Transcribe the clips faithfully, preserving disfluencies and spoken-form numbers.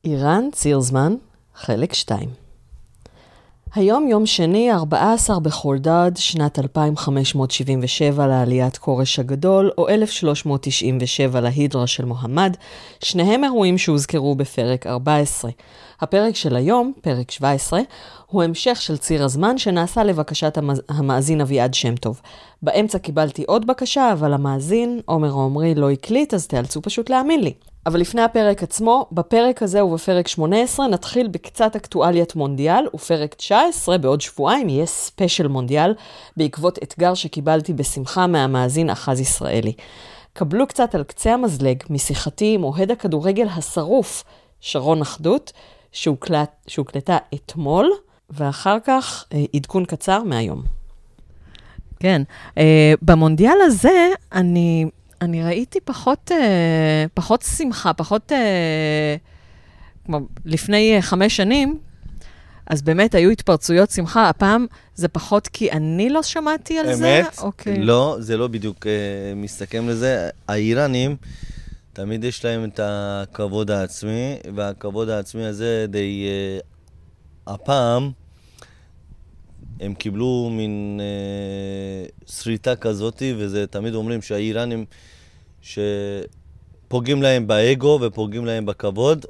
איראן, ציר זמן, חלק שתיים. היום יום שני, ארבעה עשר בחורדד, שנת אלפיים חמש מאות שבעים ושבע לעליית כורש הגדול, או אלף שלוש מאות תשעים ושבע להידרה של מוחמד, שניהם אירועים שהוזכרו בפרק ארבע עשרה. הפרק של היום, פרק שבע עשרה, הוא המשך של ציר הזמן שנעשה לבקשת המ... המאזין אביעד שם טוב. באמצע קיבלתי עוד בקשה, אבל המאזין, עומר עומרי, לא הקליט, אז תיאלצו פשוט להאמין לי. אבל לפני הפרק עצמו, בפרק הזה ובפרק שמונה עשרה נתחיל בקצת אקטואליית מונדיאל, ופרק תשע עשרה בעוד שבועיים יהיה ספיישל מונדיאל, בעקבות אתגר שקיבלתי בשמחה מהמאזין אחז ישראלי. קבלו קצת על קצה המזלג משיחתי עם אוהד הכדורגל השרוף, שרון אחדות, שהוקלט, שהוקלטה אתמול, ואחר כך עדכון קצר מהיום. כן, במונדיאל הזה אני... אני ראיתי פחות, פחות שמחה, פחות, כמו לפני חמש שנים, אז באמת היו התפרצויות שמחה. הפעם זה פחות כי אני לא שמעתי על זה? אמת? אוקיי. לא, זה לא בדיוק מסתכם לזה. האיראנים, תמיד יש להם את הכבוד העצמי, והכבוד העצמי הזה די... הפעם הם קיבלו מין אה, שריטה כזאת, וזה תמיד אומרים שהאיראנים שפוגעים להם באגו ופוגעים להם בכבוד,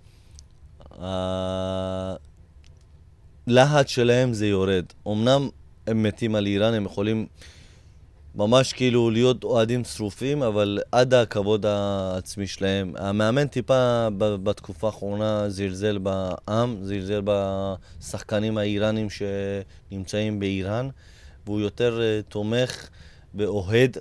הלהט שלהם זה יורד. אמנם הם מתים על איראן, הם יכולים ממש כאילו להיות אוהדים שרופים, אבל עד הכבוד העצמי שלהם. המאמן טיפה בתקופה האחרונה זלזל בעם, זלזל בשחקנים האיראנים שנמצאים באיראן, והוא יותר תומך ואוהד,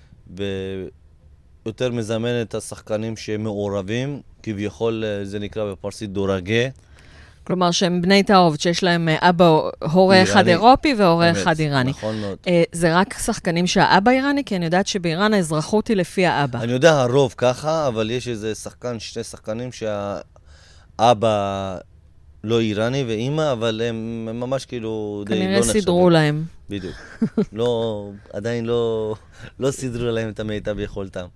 ויותר מזמן את השחקנים שמעורבים, כביכול זה נקרא בפרסית דורגה. כלומר שהם בני תערובת, שיש להם אבא, הורה אחד אירופי והורה אחד איראני. נכון מאוד. זה רק שחקנים שהאבא איראני, כי אני יודעת שבאיראן האזרחות היא לפי האבא. אני יודע הרוב ככה, אבל יש איזה שחקן, שני שחקנים שהאבא לא איראני ואימא, אבל הם ממש כאילו די לא נחשבים. כנראה סידרו להם. בדיוק. לא, עדיין לא, לא סידרו להם את המיטב יכולתם.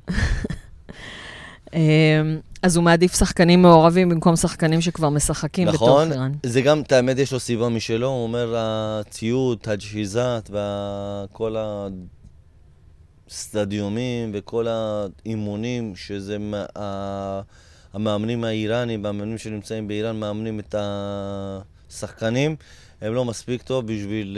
אז הוא מעדיף שחקנים מעורבים במקום שחקנים שכבר משחקים בתוך איראן. נכון, זה גם, תאמת, יש לו סיבה משלו, הוא אומר, הציוד, הג'חיזת וכל הסטדיומים וכל האימונים, שזה המאמנים האיראנים, המאמנים שנמצאים באיראן, מאמנים את השחקנים, הם לא מספיק טוב בשביל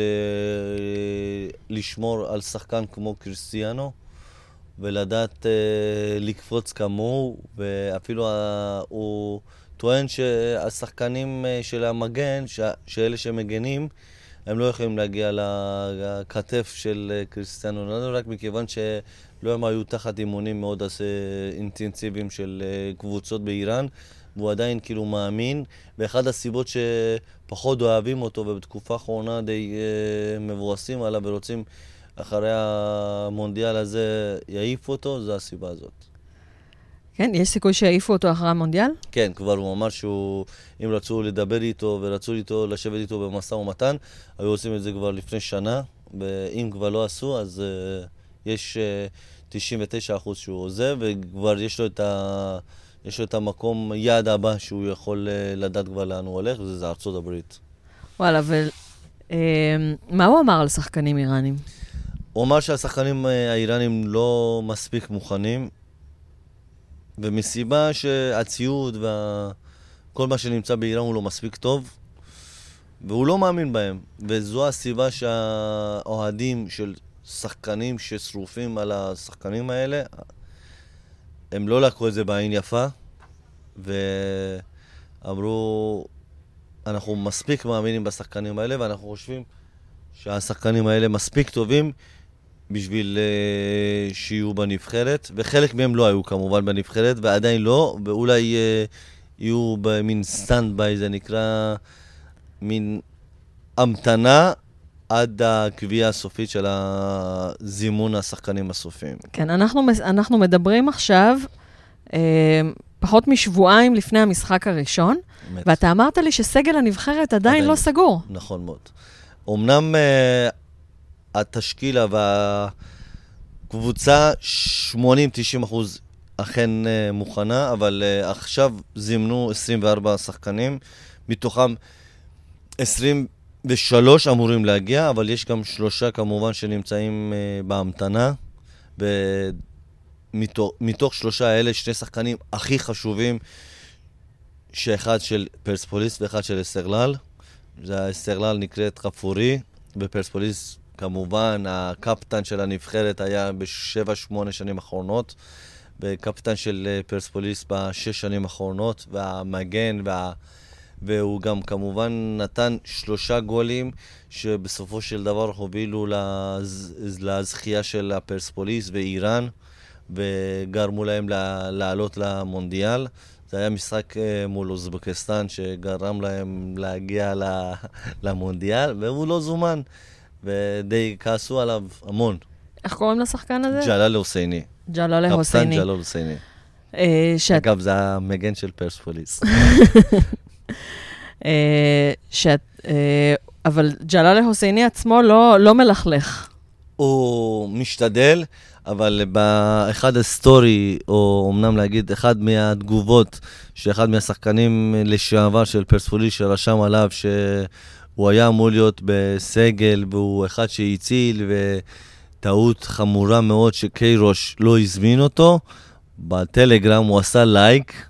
לשמור על שחקן כמו קריסטיאנו, ולדעת uh, לקפוץ כמוהו, ואפילו uh, הוא טוען שהשחקנים uh, של המגן, ש- שאלה שמגנים, הם לא יכולים להגיע לכתף של uh, קריסטיאנו רונלדו, רק מכיוון שלא הם היו תחת אימונים מאוד uh, אינטנסיביים של uh, קבוצות באיראן, והוא עדיין כאילו מאמין, ואחד הסיבות שפחות אוהבים אותו, ובתקופה האחרונה די uh, מבואסים עליו ורוצים אחרי המונדיאל הזה יעיפו אותו, זו הסיבה הזאת. כן, יש סיכוי שיעיפו אותו אחרי המונדיאל? כן, כבר הוא אמר שהוא, אם רצו לדבר איתו ורצו איתו, לשבת איתו במשא ומתן, היו עושים את זה כבר לפני שנה, ואם כבר לא עשו, אז uh, יש uh, תשעים ותשעה אחוז שהוא עוזב, וכבר יש לו את, ה, יש לו את המקום יעד הבא שהוא יכול uh, לדעת כבר לאן הוא הולך, וזה ארצות הברית. וואלה, אבל uh, מה הוא אמר על שחקנים איראנים? הוא אמר שהשחקנים האיראנים לא מספיק מוכנים, ומסיבה שהציוד וכל מה שנמצא באיראן הוא לא מספיק טוב, והוא לא מאמין בהם. וזו הסיבה שהאוהדים של שחקנים ששרופים על השחקנים האלה, הם לא לקחו את זה בעין יפה, ואמרו, אנחנו מספיק מאמינים בשחקנים האלה, ואנחנו חושבים שהשחקנים האלה מספיק טובים, בשביל uh, שיהיו בנבחרת, וחלק מהם לא היו כמובן בנבחרת, ועדיין לא, ואולי uh, יהיו במין סטנד ביי, זה נקרא מין המתנה עד הקביעה הסופית של הזימון השחקנים הסופיים. כן, אנחנו, אנחנו מדברים עכשיו אה, פחות משבועיים לפני המשחק הראשון, באמת. ואתה אמרת לי שסגל הנבחרת עדיין, עדיין לא סגור. נכון מאוד. אמנם uh, התשקילה והקבוצה שמונים עד תשעים אחוז אכן מוכנה, אבל עכשיו זימנו עשרים וארבעה שחקנים, מתוכם עשרים ושלוש אמורים להגיע, אבל יש גם שלושה כמובן שנמצאים בהמתנה, ומתוך מתוך שלושה האלה שני שחקנים הכי חשובים, שאחד של פרספוליס ואחד של אסטרלל. אסטרלל נקראת חפורי, ופרספוליס כמובן הקפטן של הנבחרת היה בשבע שמונה שנים האחרונות, וקפטן של פרספוליס בשש שנים האחרונות, והמגן, וה... והוא גם כמובן נתן שלושה גולים שבסופו של דבר הובילו לז... לזכייה של הפרספוליס ואיראן, וגרמו להם לעלות למונדיאל. זה היה משחק מול אוזבקיסטן שגרם להם להגיע למונדיאל, והוא לא זומן, ודי כעסו עליו המון. איך קוראים לשחקן הזה? ג'לאל הוסייני. ג'לאל הוסייני. קפטן ג'לאל הוסייני. אגב, זה המגן של פרספוליס. אבל ג'לאל הוסייני עצמו לא מלכלך. הוא משתדל, אבל באחד הסטורי, או אמנם להגיד, אחד מהתגובות, שאחד מהשחקנים לשעבר של פרספוליס שרשם עליו שהוא היה אמור להיות בסגל, והוא אחד שהציל, וטעות חמורה מאוד שקיירוש לא הזמין אותו, בטלגרם הוא עשה לייק,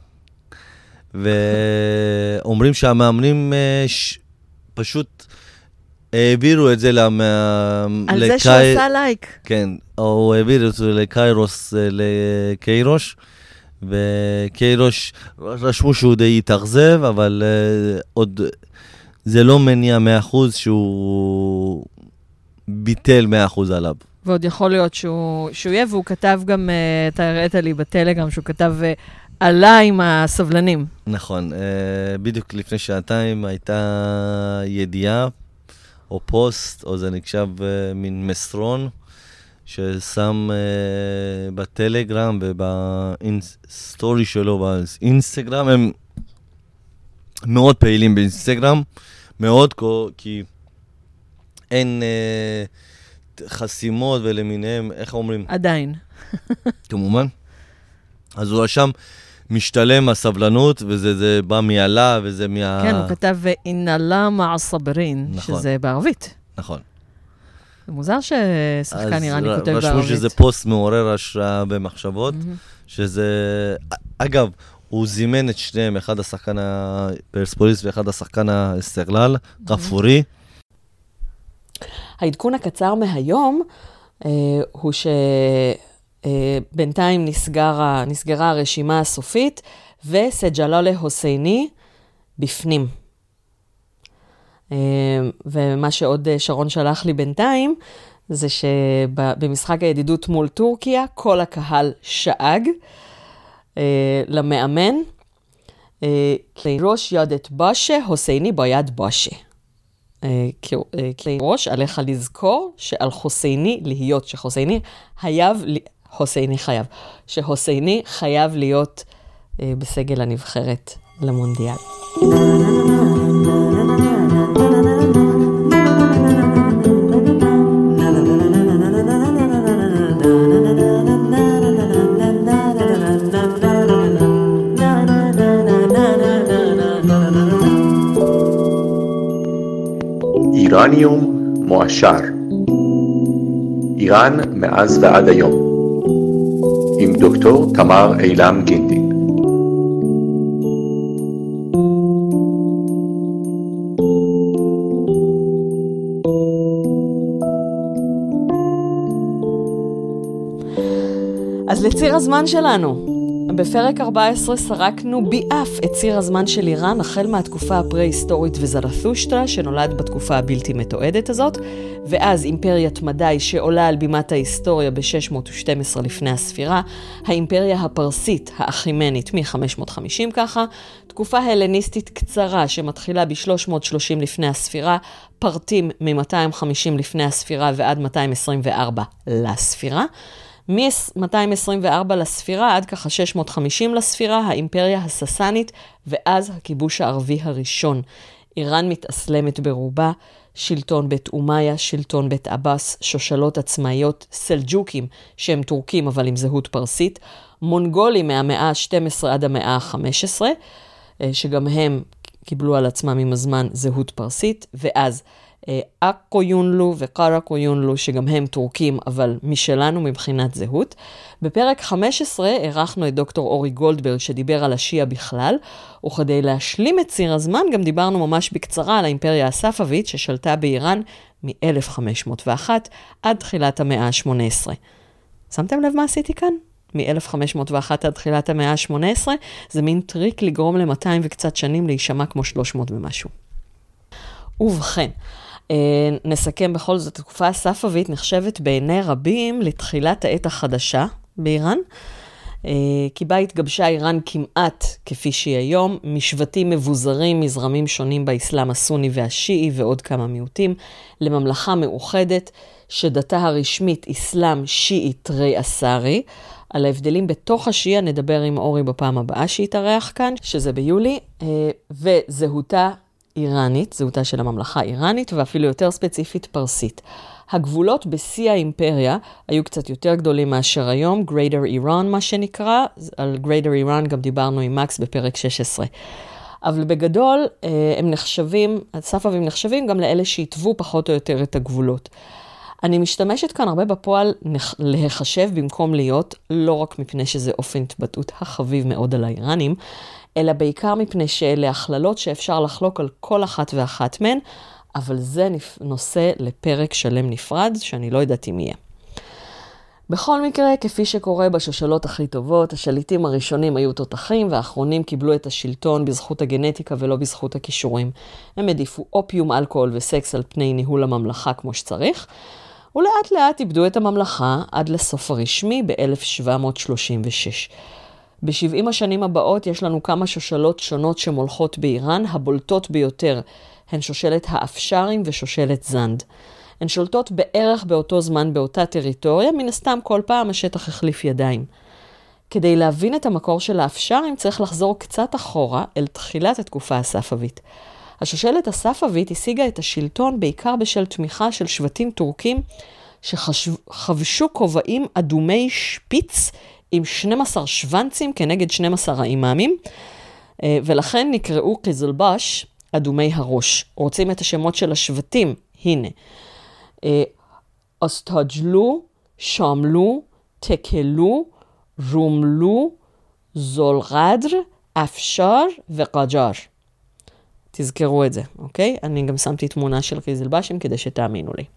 ואומרים שהמאמנים ש... פשוט העבירו את זה למה... על לקי... זה שהוא עשה לייק. כן, הוא העביר את זה לקיירוס, לקיירוש, וקיירוש רשמו שהוא די התאכזב, אבל uh, עוד זה לא מניע מאה אחוז שהוא ביטל מאה אחוז עליו. ועוד יכול להיות שהוא, שהוא יהיה, והוא כתב גם, uh, אתה הראית לי בטלגרם, שהוא כתב uh, עליי עם הסבלנים. נכון, uh, בדיוק לפני שעתיים הייתה ידיעה, או פוסט, או זה נחשב uh, מין מסרון, ששם uh, בטלגרם ובאינסטורי שלו, באינסטגרם, הם מאוד פעילים באינסטגרם, מאוד, כי אין uh, חסימות ולמיניהם, איך אומרים? עדיין. כמובן. אז הוא רשם, משתלם הסבלנות, וזה זה בא מעלה, וזה מה... כן, הוא כתב, אינלה מעסברין, נכון. שזה בערבית. נכון. זה מוזר ששחקן איראני כותב בערבית. רשמו שזה פוסט מעורר השראה במחשבות, mm-hmm. שזה... אגב, הוא זימן את שניהם, אחד השחקן הפרספוליס ואחד השחקן האסטרלל, חפורי. העדכון הקצר מהיום אה, הוא ש... בינתיים נסגרה, נסגרה הרשימה הסופית, וסג'לאלה הוסייני בפנים. ומה שעוד שרון שלח לי בינתיים, זה שבמשחק הידידות מול טורקיה, כל הקהל שאג למאמן, ראש ידת בושה, הוסייני ביד בושה. ראש, עליך לזכור שעל חוסייני להיות, שחוסייני חייב, חוסייני חייב, שחוסייני חייב להיות אה, בסגל הנבחרת למונדיאל. איראניום מועשר. איראן מאז ועד היום. עם דוקטור תמר אילם גינדין. אז לציר הזמן שלנו. בפרק ארבע עשרה סרקנו ביאף את ציר הזמן של איראן, החל מהתקופה הפרה-היסטורית וזרתושטרה, שנולד בתקופה הבלתי מתועדת הזאת, ואז אימפריית מדי שעולה על בימת ההיסטוריה ב-שש מאות ושתים עשרה לפני הספירה, האימפריה הפרסית האחימנית מ-חמש מאות וחמישים ככה, תקופה הלניסטית קצרה שמתחילה ב-שלוש מאות ושלושים לפני הספירה, פרטים מ-מאתיים וחמישים לפני הספירה ועד מאתיים עשרים וארבע לספירה, מ-מאתיים עשרים וארבע לספירה עד ככה שש מאות וחמישים לספירה, האימפריה הססנית, ואז הכיבוש הערבי הראשון. איראן מתאסלמת ברובה, שלטון בית אומיה, שלטון בית אבאס, שושלות עצמאיות, סלג'וקים, שהם טורקים אבל עם זהות פרסית, מונגולים מהמאה ה-שתים עשרה עד המאה ה-חמש עשרה, שגם הם קיבלו על עצמם עם הזמן זהות פרסית, ואז אקויונלו וקרקויונלו, שגם הם טורקים, אבל משלנו מבחינת זהות. בפרק חמש עשרה ערכנו את דוקטור אורי גולדברג, שדיבר על השיעה בכלל, וכדי להשלים את ציר הזמן, גם דיברנו ממש בקצרה על האימפריה הספאבית, ששלטה באיראן מ-אלף חמש מאות ואחת עד תחילת המאה ה-שמונה עשרה. שמתם לב מה עשיתי כאן? מ-אלף חמש מאות ואחת עד תחילת המאה ה-שמונה עשרה, זה מין טריק לגרום ל-מאתיים וקצת שנים להישמע כמו שלוש מאות ומשהו. ובכן, נסכם בכל זאת, התקופה הספאבית נחשבת בעיני רבים לתחילת העת החדשה באיראן, כי בה התגבשה איראן כמעט כפי שהיא היום, משבטים מבוזרים מזרמים שונים באסלאם הסוני והשיעי ועוד כמה מיעוטים, לממלכה מאוחדת שדתה הרשמית אסלאם שיעי תרי אסרי. על ההבדלים בתוך השיעה נדבר עם אורי בפעם הבאה שהתארח כאן, שזה ביולי, וזהותה איראנית, זהותה של הממלכה איראנית, ואפילו יותר ספציפית פרסית. הגבולות בשיא האימפריה היו קצת יותר גדולים מאשר היום, Greater Iran מה שנקרא, על Greater Iran גם דיברנו עם מקס בפרק שש עשרה. אבל בגדול הם נחשבים, הספאבים נחשבים גם לאלה שהתוו פחות או יותר את הגבולות. אני משתמשת כאן הרבה בפועל להיחשב במקום להיות, לא רק מפני שזה אופן התבטאות החביב מאוד על האיראנים, אלא בעיקר מפני שאלה הכללות שאפשר לחלוק על כל אחת ואחת מהן, אבל זה נושא לפרק שלם נפרד, שאני לא יודעת אם יהיה. בכל מקרה, כפי שקורה בשושלות הכי טובות, השליטים הראשונים היו תותחים, והאחרונים קיבלו את השלטון בזכות הגנטיקה ולא בזכות הכישורים. הם עדיפו אופיום, אלכוהול וסקס על פני ניהול הממלכה כמו שצריך, ולאט לאט איבדו את הממלכה עד לסוף הרשמי ב-אלף שבע מאות שלושים ושש. ב-שבעים השנים הבאות יש לנו כמה שושלות שונות שמולכות באיראן, הבולטות ביותר הן שושלת האפשרים ושושלת זנד. הן שולטות בערך באותו זמן באותה טריטוריה, מן הסתם כל פעם השטח החליף ידיים. כדי להבין את המקור של האפשרים צריך לחזור קצת אחורה אל תחילת התקופה הספאבית. השושלת הספאבית השיגה את השלטון בעיקר בשל תמיכה של שבטים טורקים שחבשו כובעים אדומי שפיץ עם שנים עשר שוונצים כנגד שנים עשר האימאמים, ולכן נקראו קיזלבש, אדומי הראש. רוצים את השמות של השבטים? הנה. אסטג'לו, שמלו, תקלו, רומלו, זולגדר, אפשר וקג'ר. תזכרו את זה, אוקיי? אני גם שמתי תמונה של קיזלבשים כדי שתאמינו לי.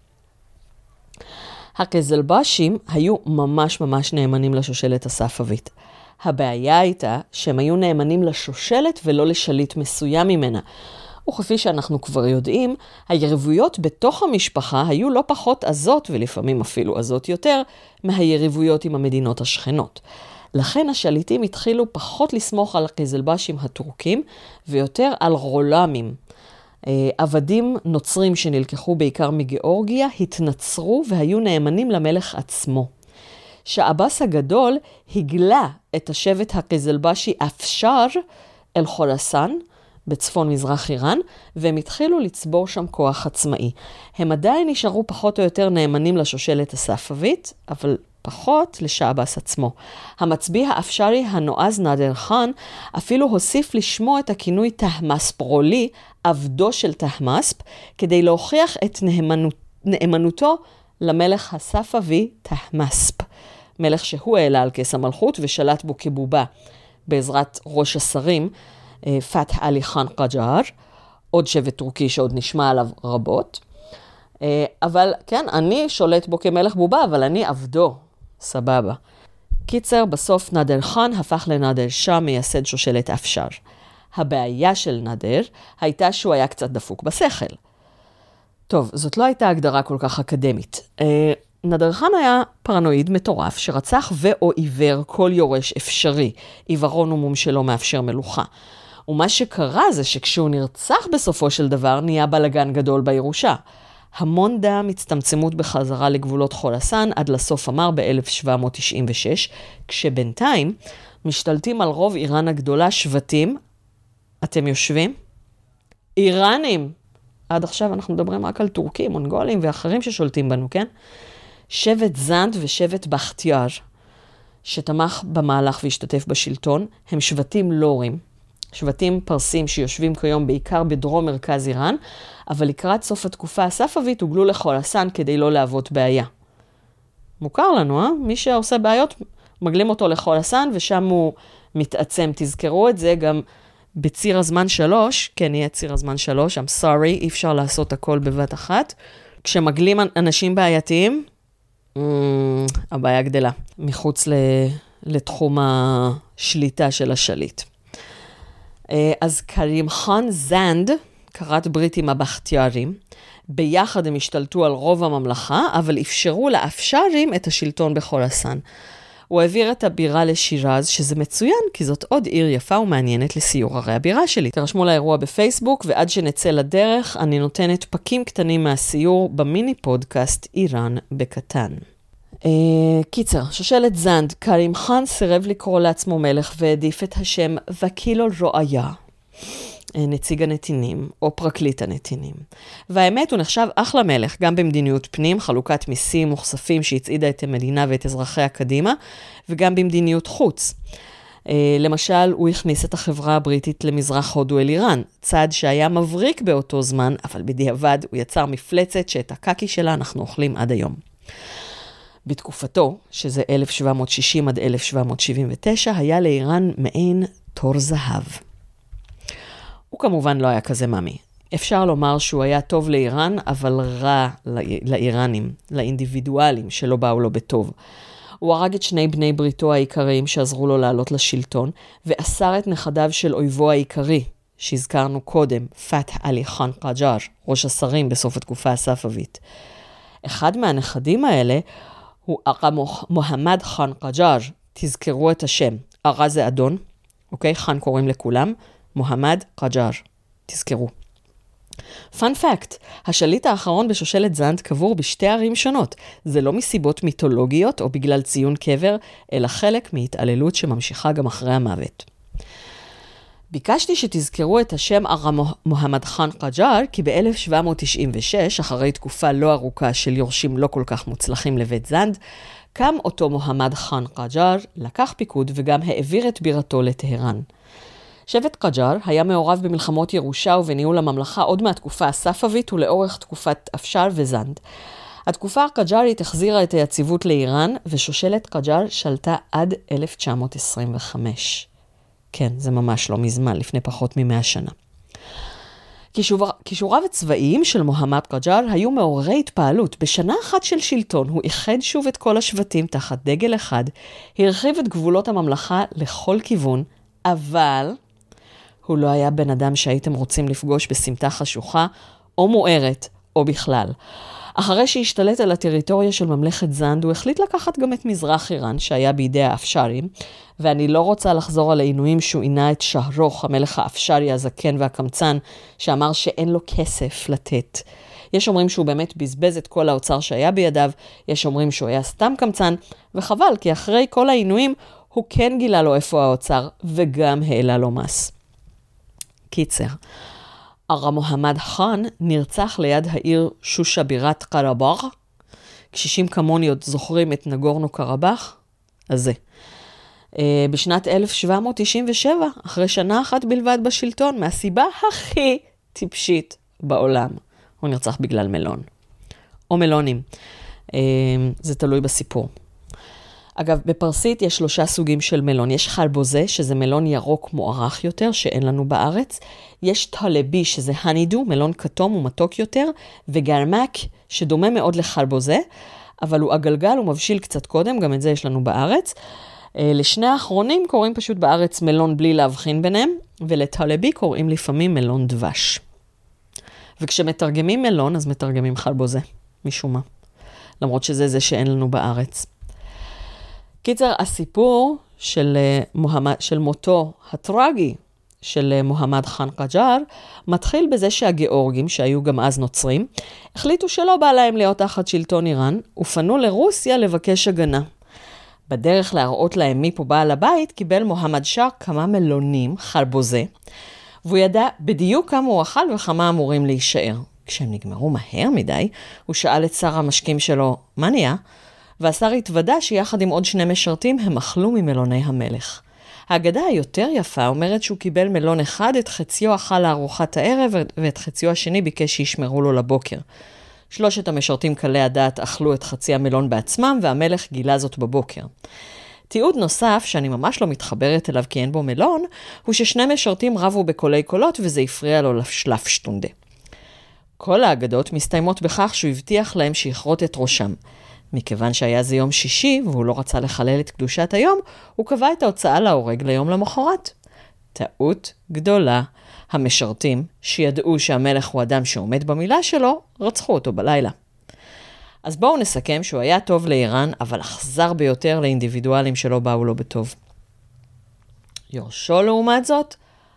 הקיזלבשים היו ממש ממש נאמנים לשושלת הספאבית. הבעיה הייתה שהם היו נאמנים לשושלת ולא לשליט מסוים ממנה. וכפי שאנחנו כבר יודעים, היריבויות בתוך המשפחה היו לא פחות עזות, ולפעמים אפילו עזות יותר, מהיריבויות עם המדינות השכנות. לכן השליטים התחילו פחות לסמוך על הקיזלבשים הטורקים, ויותר על רולמים. עבדים נוצרים שנלקחו בעיקר מגיאורגיה, התנצרו והיו נאמנים למלך עצמו. שעבאס הגדול הגלה את השבט הקיזלבשי אפשר אל חורסן, בצפון מזרח איראן, והם התחילו לצבור שם כוח עצמאי. הם עדיין נשארו פחות או יותר נאמנים לשושלת הספאבית, אבל פחות לשעבאס עצמו. המצביא האפשרי הנועז נאדר חאן אפילו הוסיף לשמו את הכינוי תהמספ רולי, עבדו של תהמספ, כדי להוכיח את נאמנות, נאמנותו למלך הספאבי תהמספ. מלך שהוא העלה על כס המלכות ושלט בו כבובה בעזרת ראש השרים, פתח עלי חאן קג'ר, עוד שבט טורקי שעוד נשמע עליו רבות. אבל כן, אני שולט בו כמלך בובה, אבל אני עבדו. סבבה. קיצר, בסוף נאדר חאן הפך לנאדר שאה, מייסד שושלת אפשר. הבעיה של נאדר הייתה שהוא היה קצת דפוק בשכל. טוב, זאת לא הייתה הגדרה כל כך אקדמית. נאדר חאן היה פרנואיד מטורף שרצח ואו עיוור כל יורש אפשרי. עיוורון הוא מום שלא מאפשר מלוכה. ומה שקרה זה שכשהוא נרצח בסופו של דבר נהיה בלגן גדול בירושה. המון דם הצטמצמות בחזרה לגבולות חורסן עד לסוף המר ב-אלף שבע מאות תשעים ושש, כשבינתיים משתלטים על רוב איראן הגדולה שבטים, אתם יושבים? איראנים. עד עכשיו אנחנו מדברים רק על טורקים, מונגולים ואחרים ששולטים בנו, כן? שבט זנד ושבט בכתיאר. שתמך במהלך והשתתף בשלטון, הם שבטים לורים, שבטים פרסים שיושבים כיום בעיקר בדרום מרכז איראן, אבל לקראת סוף התקופה הספאבית הוגלו לחולסן כדי לא להוות בעיה. מוכר לנו, אה? מי שעושה בעיות, מגלים אותו לחולסן, ושם הוא מתעצם. תזכרו את זה גם בציר הזמן שלוש, כן, יהיה ציר הזמן שלוש, I'm sorry, אי אפשר לעשות הכל בבת אחת. כשמגלים אנשים בעייתיים, mm, הבעיה גדלה, מחוץ ל, לתחום השליטה של השליט. אז קרים חאן זנד, קראת ברית עם הבחטיארים, ביחד הם השתלטו על רוב הממלכה, אבל אפשרו לאפשרים את השלטון בחולסן. הוא העביר את הבירה לשירז, שזה מצוין, כי זאת עוד עיר יפה ומעניינת לסיור הרי הבירה שלי. תרשמו לאירוע בפייסבוק, ועד שנצא לדרך, אני נותנת פקים קטנים מהסיור במיני פודקאסט איראן בקטן. Uh, קיצר, שושלת זנד, קרים חאן סירב לקרוא לעצמו מלך והעדיף את השם וקילו רועיה, נציג הנתינים או פרקליט הנתינים. והאמת הוא נחשב אחלה מלך, גם במדיניות פנים, חלוקת מיסים וכספים שהצעידה את המדינה ואת אזרחיה קדימה, וגם במדיניות חוץ. Uh, למשל, הוא הכניס את החברה הבריטית למזרח הודו אל איראן, צעד שהיה מבריק באותו זמן, אבל בדיעבד הוא יצר מפלצת שאת הקקי שלה אנחנו אוכלים עד היום. בתקופתו, שזה אלף שבע מאות שישים עד אלף שבע מאות שבעים ותשע, היה לאיראן מעין תור זהב. הוא כמובן לא היה כזה מאמי. אפשר לומר שהוא היה טוב לאיראן, אבל רע לאיראנים, לאינדיבידואלים שלא באו לו בטוב. הוא הרג את שני בני בריתו העיקריים שעזרו לו לעלות לשלטון, ואסר את נכדיו של אויבו העיקרי, שהזכרנו קודם, פתח עלי חאן קג'אר, ראש השרים בסוף התקופה הספאבית. אחד מהנכדים האלה הוא ארה מוחמד חאן קג'אר, תזכרו את השם, ארה זה אדון, אוקיי? חאן קוראים לכולם, מוחמד קג'אר, תזכרו. פאנ פקט, השליט האחרון בשושלת זנד קבור בשתי ערים שונות, זה לא מסיבות מיתולוגיות או בגלל ציון קבר, אלא חלק מהתעללות שממשיכה גם אחרי המוות. ביקשתי שתזכרו את השם ארה מוחמד חאן קג'אר, כי ב-אלף שבע מאות תשעים ושש, אחרי תקופה לא ארוכה של יורשים לא כל כך מוצלחים לבית זנד, קם אותו מוחמד חאן קג'אר, לקח פיקוד וגם העביר את בירתו לטהרן. שבט קג'אר היה מעורב במלחמות ירושה ובניהול הממלכה עוד מהתקופה הספאבית ולאורך תקופת אפשר וזנד. התקופה הקג'ארית החזירה את היציבות לאיראן, ושושלת קג'אר שלטה עד אלף תשע מאות עשרים וחמש. כן, זה ממש לא מזמן, לפני פחות ממאה שנה. כישור, כישוריו הצבאיים של מוחמד קג'אר היו מעוררי התפעלות. בשנה אחת של שלטון הוא איחד שוב את כל השבטים תחת דגל אחד, הרחיב את גבולות הממלכה לכל כיוון, אבל הוא לא היה בן אדם שהייתם רוצים לפגוש בסמטה חשוכה או מוארת או בכלל. אחרי שהשתלט על הטריטוריה של ממלכת זנד, הוא החליט לקחת גם את מזרח איראן, שהיה בידי האפשרים, ואני לא רוצה לחזור על העינויים שהוא עינה את שהרוך, המלך האפשרי הזקן והקמצן, שאמר שאין לו כסף לתת. יש אומרים שהוא באמת בזבז את כל האוצר שהיה בידיו, יש אומרים שהוא היה סתם קמצן, וחבל, כי אחרי כל העינויים, הוא כן גילה לו איפה האוצר, וגם העלה לו מס. קיצר, ארה מוחמד חאן נרצח ליד העיר שושה בירת קרבאח. קשישים כמוני עוד זוכרים את נגורנו קרבאח? אז זה. בשנת אלף שבע מאות תשעים ושבע, אחרי שנה אחת בלבד בשלטון, מהסיבה הכי טיפשית בעולם. הוא נרצח בגלל מלון. או מלונים. זה תלוי בסיפור. אגב, בפרסית יש שלושה סוגים של מלון. יש חלבוזה, שזה מלון ירוק מוארך יותר, שאין לנו בארץ. יש טלבי, שזה הנידו, מלון כתום ומתוק יותר, וגרמק, שדומה מאוד לחלבוזה, אבל הוא אגלגל ומבשיל קצת קודם, גם את זה יש לנו בארץ. לשני האחרונים קוראים פשוט בארץ מלון בלי להבחין ביניהם, ולטלבי קוראים לפעמים מלון דבש. וכשמתרגמים מלון, אז מתרגמים חלבוזה, משום מה. למרות שזה זה שאין לנו בארץ. קיצר, הסיפור של, מוחמד, של מותו הטרגי של מוחמד חאן קג'אר מתחיל בזה שהגיאורגים, שהיו גם אז נוצרים, החליטו שלא בא להם להיות תחת שלטון איראן, ופנו לרוסיה לבקש הגנה. בדרך להראות להם מי פה בעל הבית, קיבל מוחמד שאה כמה מלונים, חלבוזה, והוא ידע בדיוק כמה הוא אכל וכמה אמורים להישאר. כשהם נגמרו מהר מדי, הוא שאל את שר המשקים שלו, מה נהיה? והשר התוודע שיחד עם עוד שני משרתים הם אכלו ממלוני המלך. האגדה היותר יפה אומרת שהוא קיבל מלון אחד, את חציו אכל לארוחת הערב ואת חציו השני ביקש שישמרו לו לבוקר. שלושת המשרתים קלי הדעת אכלו את חצי המלון בעצמם והמלך גילה זאת בבוקר. תיעוד נוסף, שאני ממש לא מתחברת אליו כי אין בו מלון, הוא ששני משרתים רבו בקולי קולות וזה הפריע לו לשלף שטונדה. כל האגדות מסתיימות בכך שהוא הבטיח להם שיכרות את ראשם. מכיוון שהיה זה יום שישי והוא לא רצה לחלל את קדושת היום, הוא קבע את ההוצאה להורג ליום למחרת. טעות גדולה. המשרתים, שידעו שהמלך הוא אדם שעומד במילה שלו, רצחו אותו בלילה. אז בואו נסכם שהוא היה טוב לאיראן, אבל אכזר ביותר לאינדיבידואלים שלא באו לו בטוב. יורשו לעומת זאת,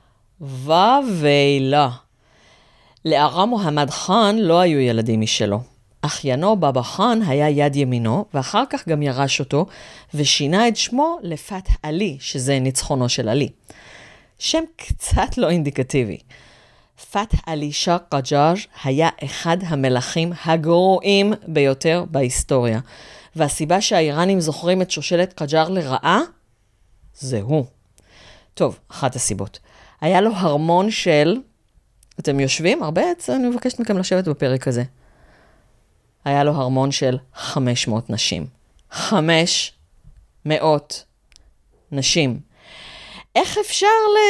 ווילה. לארה מוחמד חאן לא היו ילדים משלו. אחיינו בבא חאן היה יד ימינו, ואחר כך גם ירש אותו, ושינה את שמו לפתח עלי, שזה ניצחונו של עלי. שם קצת לא אינדיקטיבי. פתח עלי שאה קג'אר היה אחד המלכים הגרועים ביותר בהיסטוריה, והסיבה שהאיראנים זוכרים את שושלת קג'אר לרעה, זה הוא. טוב, אחת הסיבות. היה לו הרמון של, אתם יושבים? הרבה, אני מבקשת מכם לשבת בפרק הזה. היה לו הרמון של חמש מאות נשים. חמש מאות נשים. איך אפשר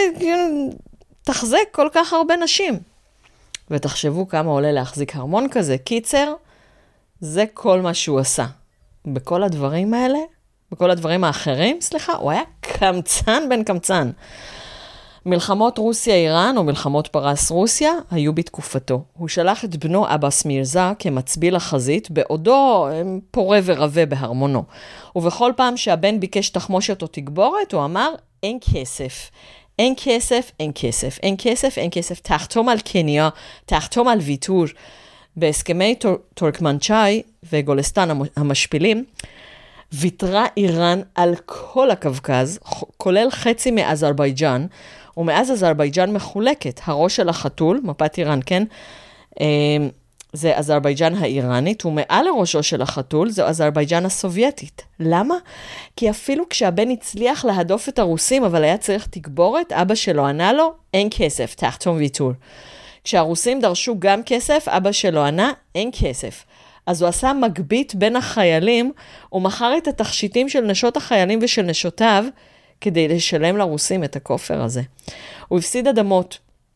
לתחזק כל כך הרבה נשים? ותחשבו כמה עולה להחזיק הרמון כזה. קיצר, זה כל מה שהוא עשה. בכל הדברים האלה, בכל הדברים האחרים, סליחה, הוא היה קמצן בן קמצן. מלחמות רוסיה-איראן או מלחמות פרס-רוסיה היו בתקופתו. הוא שלח את בנו אבאס מירזה כמצביא לחזית, בעודו פורה ורבה בהרמונו. ובכל פעם שהבן ביקש תחמושת או תגבורת, הוא אמר, אין כסף, אין כסף, אין כסף, אין כסף, אין כסף, תחתום על קניה, תחתום על ויתור. בהסכמי טור, טורקמנצ'אי וגולסטן המשפילים, ויתרה איראן על כל הקווקז, כולל חצי מאזרבייג'אן, ומאז אזרבייג'אן מחולקת, הראש של החתול, מפת איראן, כן? זה אזרבייג'אן האיראנית, ומעל הראשו של החתול זו אזרבייג'אן הסובייטית. למה? כי אפילו כשהבן הצליח להדוף את הרוסים, אבל היה צריך תגבורת, אבא שלו ענה לו, אין כסף, תחתום ויתור. כשהרוסים דרשו גם כסף, אבא שלו ענה, אין כסף. אז הוא עשה מגבית בין החיילים, הוא מכר את התכשיטים של נשות החיילים ושל נשותיו, כדי לשלם לרוסים את הכופר הזה. הוא הפסיד אדמות.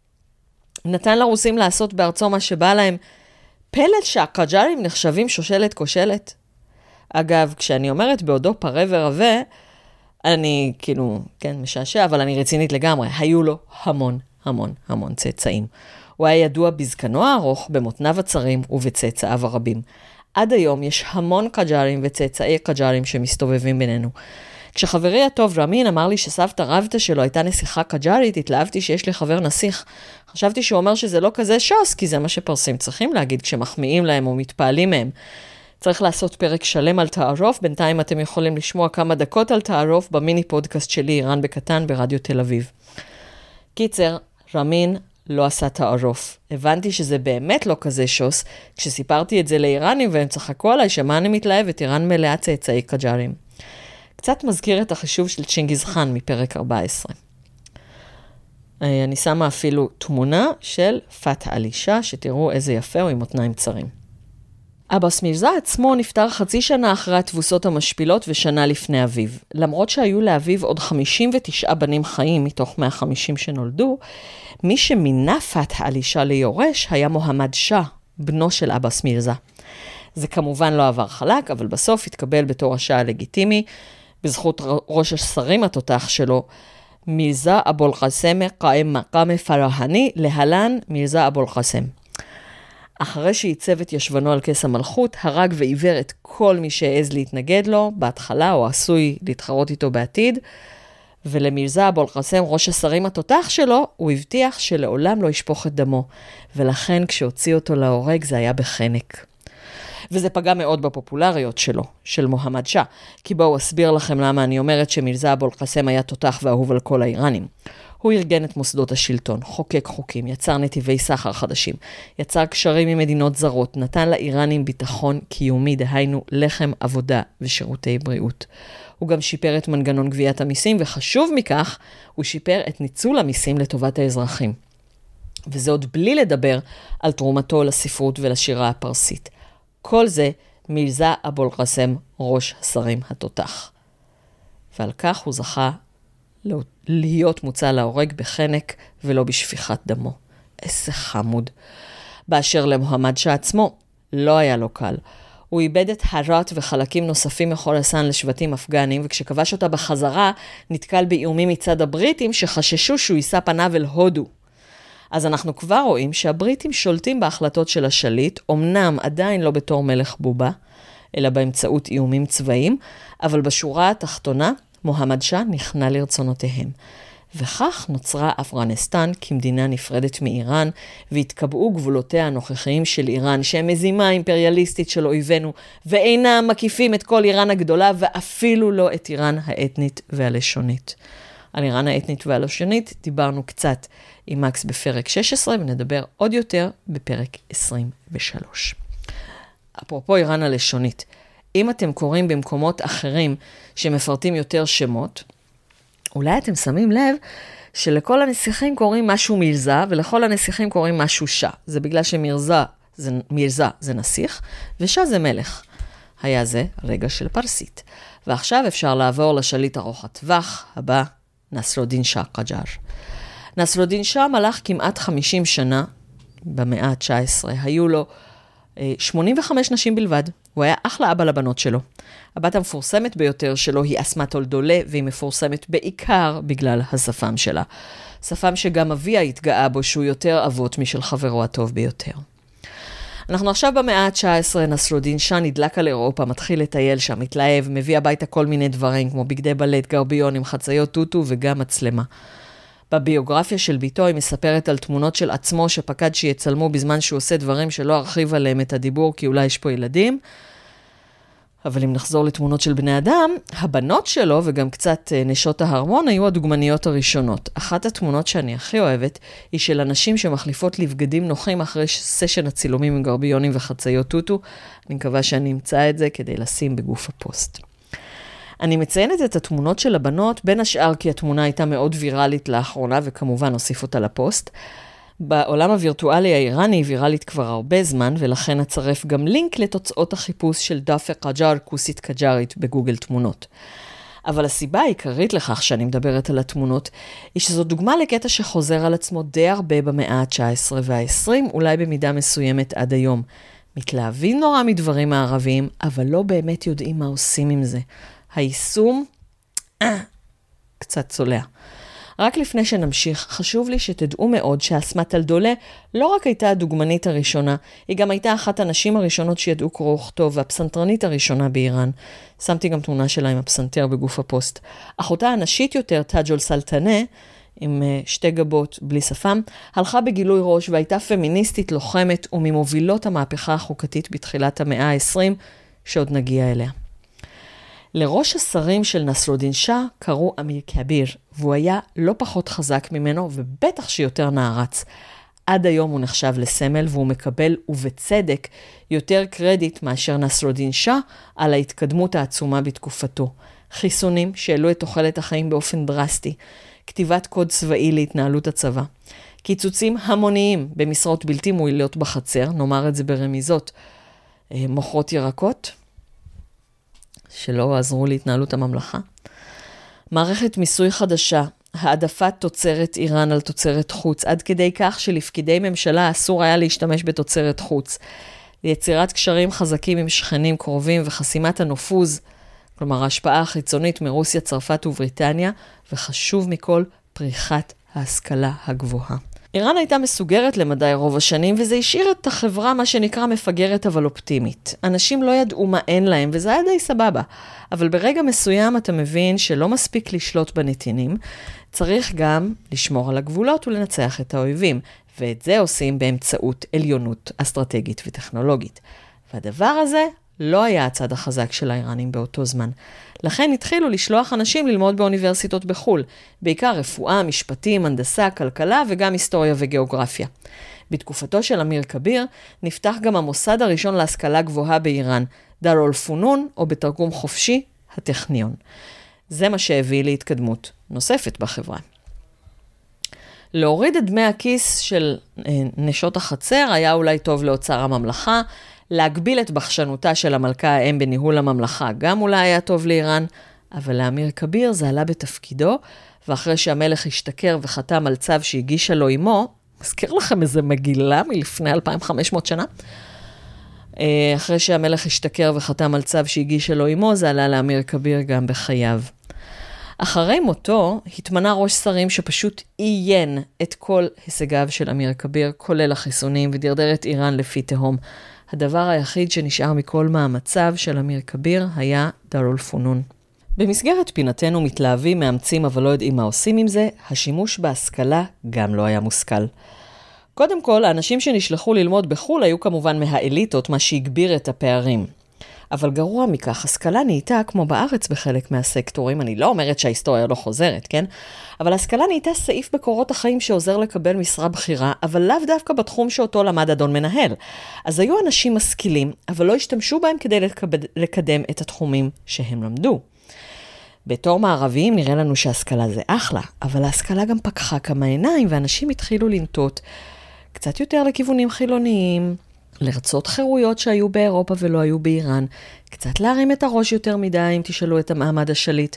נתן לרוסים לעשות בארצו מה שבא להם. פלט שהקג'ארים נחשבים שושלת כושלת. אגב, כשאני אומרת בעודו פרה ורבה, אני כאילו, כן, משעשע, אבל אני רצינית לגמרי. היו לו המון, המון, המון צאצאים. הוא היה ידוע בזקנו הארוך, במותניו הצרים ובצאצאיו הרבים. עד היום יש המון קג'ארים וצאצאי קג'ארים שמסתובבים בינינו. כשחברי הטוב רמין אמר לי שסבתא רבתא שלו הייתה נסיכה קג'ארית, התלהבתי שיש לי חבר נסיך. חשבתי שהוא אומר שזה לא כזה שוס, כי זה מה שפרסים צריכים להגיד כשמחמיאים להם או מתפעלים מהם. צריך לעשות פרק שלם על תערוף, בינתיים אתם יכולים לשמוע כמה דקות על תערוף במיני פודקאסט שלי, איראן בקטן ברדיו תל אביב. קיצר, רמין לא עשה תערוף. הבנתי שזה באמת לא כזה שוס, כשסיפרתי את זה לאיראנים והם צחקו עליי שמה אני מתלהבת, איראן מלאה צאצאי קג'ארים. קצת מזכיר את החישוב של צ'ינגיז חאן מפרק ארבע עשרה. אני שמה אפילו תמונה של פתח עלי שאה, שתראו איזה יפה הוא עם מותניים צרים. אבאס מירזה עצמו נפטר חצי שנה אחרי התבוסות המשפילות ושנה לפני אביו. למרות שהיו לאביו עוד חמישים ותשעה בנים חיים מתוך מאה וחמישים שנולדו, מי שמינה פתח עלי שאה ליורש היה מוחמד שאה, בנו של אבאס מירזה. זה כמובן לא עבר חלק, אבל בסוף התקבל בתור השאה הלגיטימי, בזכות ראש השרים התותח שלו, מירזה אבו אל-קאסם קאם מקאם פרהני, להלן מירזה אבו אל-קאסם. אחרי שייצב את ישבנו על כס המלכות, הרג ועיוור את כל מי שהעז להתנגד לו, בהתחלה או עשוי להתחרות איתו בעתיד, ולמירזה אבו אל-קאסם, ראש השרים התותח שלו, הוא הבטיח שלעולם לא ישפוך את דמו, ולכן כשהוציא אותו להורג זה היה בחנק. וזה פגע מאוד בפופולריות שלו, של מוחמד שאה, כי בואו אסביר לכם למה אני אומרת שמירזה אבו אל-קאסם היה תותח ואהוב על כל האיראנים. הוא ארגן את מוסדות השלטון, חוקק חוקים, יצר נתיבי סחר חדשים, יצר קשרים עם מדינות זרות, נתן לאיראנים ביטחון קיומי, דהיינו לחם, עבודה ושירותי בריאות. הוא גם שיפר את מנגנון גביית המיסים, וחשוב מכך, הוא שיפר את ניצול המיסים לטובת האזרחים. וזה עוד בלי לדבר על תרומתו לספרות ולשירה הפרסית. כל זה מירזה אבו אל-קאסם, ראש השרים התותח. ועל כך הוא זכה להיות מוצא להורג בחנק ולא בשפיכת דמו. איזה חמוד. באשר למוחמד שאה עצמו, לא היה לו קל. הוא איבד את הרת וחלקים נוספים מחורסן לשבטים אפגנים, וכשכבש אותה בחזרה, נתקל באיומים מצד הבריטים שחששו שהוא יישא פניו אל הודו. אז אנחנו כבר רואים שהבריטים שולטים בהחלטות של השליט, אמנם עדיין לא בתור מלך בובה, אלא באמצעות איומים צבאיים, אבל בשורה התחתונה, מוחמד שאה נכנע לרצונותיהם. וכך נוצרה אפגניסטן כמדינה נפרדת מאיראן, והתקבעו גבולותיה הנוכחיים של איראן, שהם מזימה אימפריאליסטית של אויבינו, ואינם מקיפים את כל איראן הגדולה, ואפילו לא את איראן האתנית והלשונית. על איראן האתנית והלשונית דיברנו קצת עם מקס בפרק שש עשרה, ונדבר עוד יותר בפרק עשרים ושלוש. אפרופו איראן הלשונית, אם אתם קוראים במקומות אחרים שמפרטים יותר שמות, אולי אתם שמים לב שלכל הנסיכים קוראים משהו מירזה, ולכל הנסיכים קוראים משהו שאה. זה בגלל שמירזה זה, מירזה זה נסיך, ושאה זה מלך. היה זה רגע של פרסית. ועכשיו אפשר לעבור לשליט ארוך הטווח הבא, נסרודין שאה קג'אר. נסרודין שאה מלך כמעט חמישים שנה, במאה ה-תשע עשרה. היו לו שמונים וחמש נשים בלבד. הוא היה אחלה אבא לבנות שלו. הבת המפורסמת ביותר שלו היא אסמת אולדולה, והיא מפורסמת בעיקר בגלל השפם שלה. שפם שגם אביה התגאה בו שהוא יותר אבות משל חברו הטוב ביותר. אנחנו עכשיו במאה ה-תשע עשרה, נסרודין שאה נדלק על אירופה, מתחיל לטייל שם, מתלהב, מביא הביתה כל מיני דברים, כמו בגדי בלט, גרביונים, חציות טוטו וגם מצלמה. בביוגרפיה של ביתו היא מספרת על תמונות של עצמו שפקד שיצלמו בזמן שהוא עושה דברים שלא ארחיב עליהם את הדיבור, כי אולי יש פה ילדים. אבל אם נחזור לתמונות של בני אדם, הבנות שלו וגם קצת נשות ההרמון היו הדוגמניות הראשונות. אחת התמונות שאני הכי אוהבת היא של אנשים שמחליפות לבגדים נוחים אחרי סשן הצילומים עם גרביונים וחציות טוטו. אני מקווה שאני אמצא את זה כדי לשים בגוף הפוסט. אני מציינת את התמונות של הבנות, בין השאר כי התמונה הייתה מאוד ויראלית לאחרונה, וכמובן הוסיף אותה לפוסט. בעולם הווירטואלי האיראני היא ויראלית כבר הרבה זמן, ולכן אצרף גם לינק לתוצאות החיפוש של דאפה קג'אר, כוסית קג'ארית בגוגל תמונות. אבל הסיבה העיקרית לכך שאני מדברת על התמונות, היא שזו דוגמה לקטע שחוזר על עצמו די הרבה במאה ה-תשע עשרה וה-עשרים, אולי במידה מסוימת עד היום. מתלהבים נורא מדברים הערביים, אבל לא באמת יודעים מה עושים עם זה. היישום אה, קצת צולע. רק לפני שנמשיך, חשוב לי שתדעו מאוד שאסמת אולדולה לא רק הייתה הדוגמנית הראשונה, היא גם הייתה אחת הנשים הראשונות שידעו קרוא וכתוב, והפסנתרנית הראשונה באיראן. שמתי גם תמונה שלה עם הפסנתר בגוף הפוסט. אחותה הנשית יותר, תאג'ול סלטנה, עם שתי גבות בלי שפם, הלכה בגילוי ראש והייתה פמיניסטית לוחמת וממובילות המהפכה החוקתית בתחילת המאה ה-עשרים, שעוד נגיע אליה. לראש השרים של נסרודין שאה קראו אמיר כביר, והוא היה לא פחות חזק ממנו, ובטח שיותר נערץ. עד היום הוא נחשב לסמל, והוא מקבל, ובצדק, יותר קרדיט מאשר נסרודין שאה על ההתקדמות העצומה בתקופתו. חיסונים שהעלו את תוחלת החיים באופן דרסטי, כתיבת קוד צבאי להתנהלות הצבא, קיצוצים המוניים במשרות בלתי מועילות בחצר, נאמר את זה ברמיזות, מוכרות ירקות, שלא עזרו להתנהלות הממלכה. מערכת מיסוי חדשה, העדפת תוצרת איראן על תוצרת חוץ, עד כדי כך שלפקידי ממשלה אסור היה להשתמש בתוצרת חוץ. יצירת קשרים חזקים עם שכנים קרובים וחסימת הנופוז, כלומר ההשפעה החיצונית מרוסיה, צרפת ובריטניה, וחשוב מכל, פריחת ההשכלה הגבוהה. איראן הייתה מסוגרת למדי רוב השנים, וזה השאיר את החברה מה שנקרא מפגרת אבל אופטימית. אנשים לא ידעו מה אין להם, וזה היה די סבבה. אבל ברגע מסוים אתה מבין שלא מספיק לשלוט בנתינים, צריך גם לשמור על הגבולות ולנצח את האויבים, ואת זה עושים באמצעות עליונות אסטרטגית וטכנולוגית. והדבר הזה לא היה הצד החזק של האיראנים באותו זמן. לכן התחילו לשלוח אנשים ללמוד באוניברסיטות בחול, בעיקר רפואה, משפטים, הנדסה, כלכלה וגם היסטוריה וגיאוגרפיה. בתקופתו של אמיר כביר נפתח גם המוסד הראשון להשכלה גבוהה באיראן, דאר אל-פונון, או בתרגום חופשי, הטכניון. זה מה שהביא להתקדמות נוספת בחברה. להוריד את דמי הכיס של נשות החצר היה אולי טוב לאוצר הממלכה, להגביל את בחשנותה של המלכה האם בניהול הממלכה גם אולי היה טוב לאיראן, אבל לאמיר כביר זה עלה בתפקידו, ואחרי שהמלך השתכר וחתם על צו שהגישה לו אמו, מזכיר לכם איזה מגילה מלפני אלפיים וחמש מאות שנה? אחרי שהמלך השתכר וחתם על צו שהגישה לו אמו, זה עלה לאמיר כביר גם בחייו. אחרי מותו התמנה ראש שרים שפשוט עיין את כל הישגיו של אמיר כביר, כולל החיסונים, ודרדר את איראן לפי תהום. הדבר היחיד שנשאר מכל מאמציו של אמיר כביר היה דאר אל-פונון. במסגרת פינתנו מתלהבים, מאמצים אבל לא יודעים מה עושים עם זה, השימוש בהשכלה גם לא היה מושכל. קודם כל, האנשים שנשלחו ללמוד בחול היו כמובן מהאליטות, מה שהגביר את הפערים. אבל גרוע מכך, השכלה נהייתה כמו בארץ בחלק מהסקטורים, אני לא אומרת שההיסטוריה לא חוזרת, כן? אבל השכלה נהייתה סעיף בקורות החיים שעוזר לקבל משרה בחירה, אבל לאו דווקא בתחום שאותו למד אדון מנהל. אז היו אנשים משכילים, אבל לא השתמשו בהם כדי לקבד, לקדם את התחומים שהם למדו. בתור מערביים נראה לנו שהשכלה זה אחלה, אבל ההשכלה גם פקחה כמה עיניים, ואנשים התחילו לנטות קצת יותר לכיוונים חילוניים, לרצות חירויות שהיו באירופה ולא היו באיראן, קצת להרים את הראש יותר מדי אם תשאלו את המעמד השליט.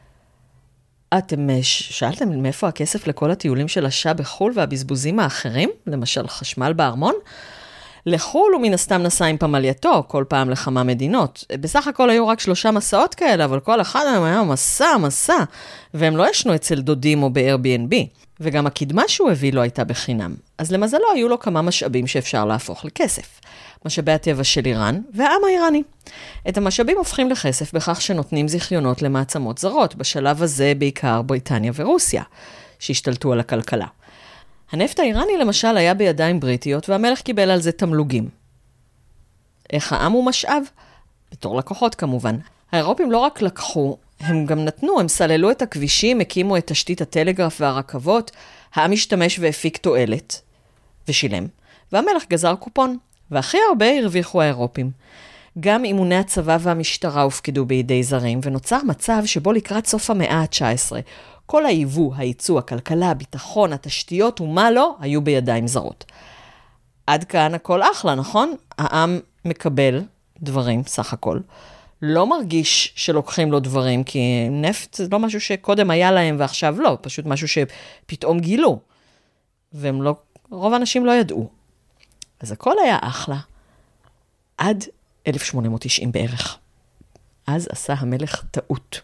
אתם שאלתם מאיפה הכסף לכל הטיולים של השעה בחול והבזבוזים האחרים, למשל חשמל בארמון? לחול הוא מן הסתם נסע עם פמלייתו, כל פעם לכמה מדינות. בסך הכל היו רק שלושה מסעות כאלה, אבל כל אחד מהם היה מסע, מסע, והם לא ישנו אצל דודים או ב-Airbnb. וגם הקדמה שהוא הביא לו הייתה בחינם. אז למזלו היו לו כמה משאבים שאפשר להפוך לכסף. משאבי הטבע של איראן והעם האיראני. את המשאבים הופכים לכסף בכך שנותנים זיכיונות למעצמות זרות, בשלב הזה בעיקר בריטניה ורוסיה, שהשתלטו על הכלכלה. הנפט האיראני למשל היה בידיים בריטיות, והמלך קיבל על זה תמלוגים. איך העם הוא משאב? בתור לקוחות כמובן. האירופים לא רק לקחו, הם גם נתנו, הם סללו את הכבישים, הקימו את תשתית הטלגרף והרכבות, העם השתמש והפיק תועלת, ושילם, והמלך גזר קופון, והכי הרבה הרוויחו האירופים. גם אימוני הצבא והמשטרה הופקדו בידי זרים, ונוצר מצב שבו לקראת סוף המאה ה-תשע עשרה, כל היבוא, הייצוא, הכלכלה, הביטחון, התשתיות ומה לא, היו בידיים זרות. עד כאן הכל אחלה, נכון? העם מקבל דברים, סך הכל. לא מרגיש שלוקחים לו דברים, כי נפט זה לא משהו שקודם היה להם ועכשיו לא, פשוט משהו שפתאום גילו. והם לא, רוב האנשים לא ידעו. אז הכל היה אחלה. עד אלף שמונה מאות תשעים בערך. אז עשה המלך טעות.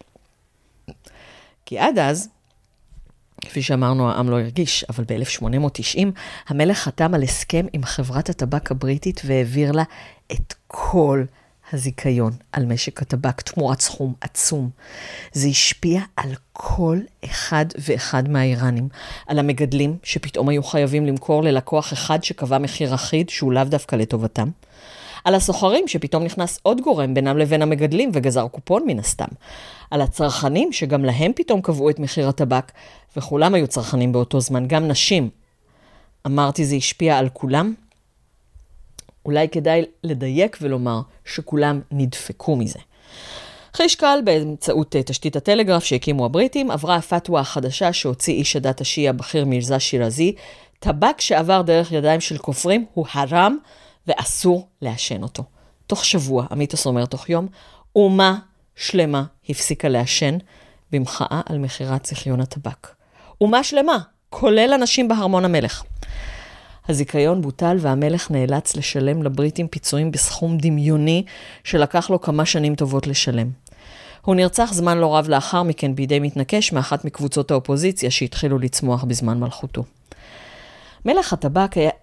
כי עד אז, כפי שאמרנו, העם לא הרגיש, אבל ב-אלף שמונה מאות תשעים המלך חתם על הסכם עם חברת הטבק הבריטית והעביר לה את כל הזיכיון על משק הטבק, תמורת סכום עצום. זה השפיע על כל אחד ואחד מהאיראנים, על המגדלים שפתאום היו חייבים למכור ללקוח אחד שקבע מחיר אחיד שהוא לאו דווקא לטובתם, על הסוחרים שפתאום נכנס עוד גורם בינם לבין המגדלים וגזר קופון מן הסתם, על הצרכנים שגם להם פתאום קבעו את מחיר הטבק, וכולם היו צרכנים באותו זמן, גם נשים. אמרתי זה השפיע על כולם? אולי כדאי לדייק ולומר שכולם נדפקו מזה. חישקל באמצעות תשתית הטלגרף שהקימו הבריטים, עברה הפתווה החדשה שהוציא איש הדת השיעי הבכיר מירזה שירזי, טבק שעבר דרך ידיים של כופרים הוא הרם ואסור לעשן אותו. תוך שבוע, המיתוס אומר תוך יום, אומה שלמה הפסיקה לעשן במחאה על מחירת זיכיון הטבק. אומה שלמה, כולל אנשים בארמון המלך. הזיכיון בוטל והמלך נאלץ לשלם לבריטים פיצויים בסכום דמיוני שלקח לו כמה שנים טובות לשלם. הוא נרצח זמן לא רב לאחר מכן בידי מתנקש מאחת מקבוצות האופוזיציה שהתחילו לצמוח בזמן מלכותו. מלך הטבק היה...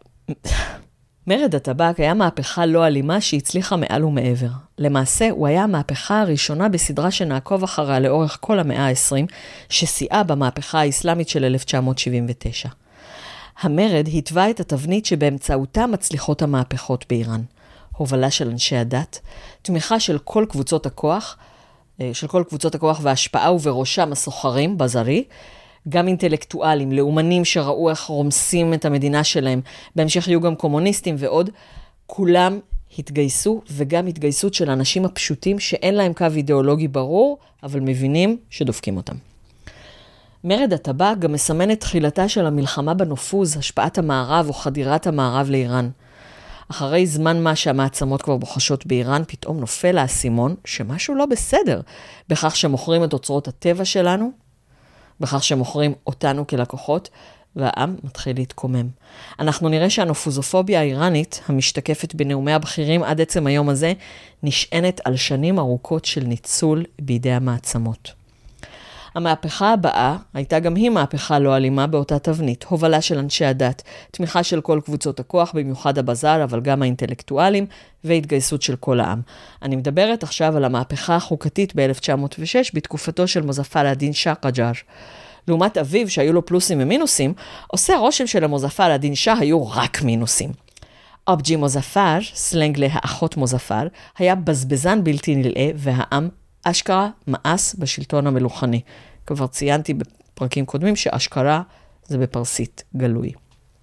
מרד הטבק היה מהפכה לא אלימה שהצליחה מעל ומעבר. למעשה, הוא היה המהפכה הראשונה בסדרה שנעקוב אחריה לאורך כל המאה ה-עשרים, שסייעה במהפכה האסלאמית של אלף תשע מאות שבעים ותשע. המרד התווה את התבנית שבאמצעותה מצליחות המהפכות באיראן. הובלה של אנשי הדת, תמיכה של כל קבוצות הכוח, של כל קבוצות הכוח וההשפעה ובראשם הסוחרים בזרי, גם אינטלקטואלים, לאומנים שראו איך רומסים את המדינה שלהם, בהמשך יהיו גם קומוניסטים ועוד, כולם התגייסו, וגם התגייסות של האנשים הפשוטים שאין להם קו אידיאולוגי ברור, אבל מבינים שדופקים אותם. מרד הטבע גם מסמן את תחילתה של המלחמה בנופוז, השפעת המערב או חדירת המערב לאיראן. אחרי זמן מה שהמעצמות כבר בוחשות באיראן, פתאום נופל האסימון שמשהו לא בסדר, בכך שמוכרים את אוצרות הטבע שלנו, בכך שמוכרים אותנו כלקוחות, והעם מתחיל להתקומם. אנחנו נראה שהנופוזופוביה האיראנית, המשתקפת בנאומי הבכירים עד עצם היום הזה, נשענת על שנים ארוכות של ניצול בידי המעצמות. המהפכה הבאה הייתה גם היא מהפכה לא אלימה באותה תבנית, הובלה של אנשי הדת, תמיכה של כל קבוצות הכוח, במיוחד הבזאר, אבל גם האינטלקטואלים, והתגייסות של כל העם. אני מדברת עכשיו על המהפכה החוקתית ב-אלף תשע מאות ושש, בתקופתו של מוזפר א-דין שאה קג'אר. לעומת אביו שהיו לו פלוסים ומינוסים, עושה הרושם של המוזפר א-דין שאה היו רק מינוסים. אבג'י מוזפר, סלנג להאחות מוזפר, היה בזבזן בלתי נלאה, והעם אשכרה מאס בשלטון המלוכני. כבר ציינתי בפרקים קודמים שאשכרה זה בפרסית גלוי.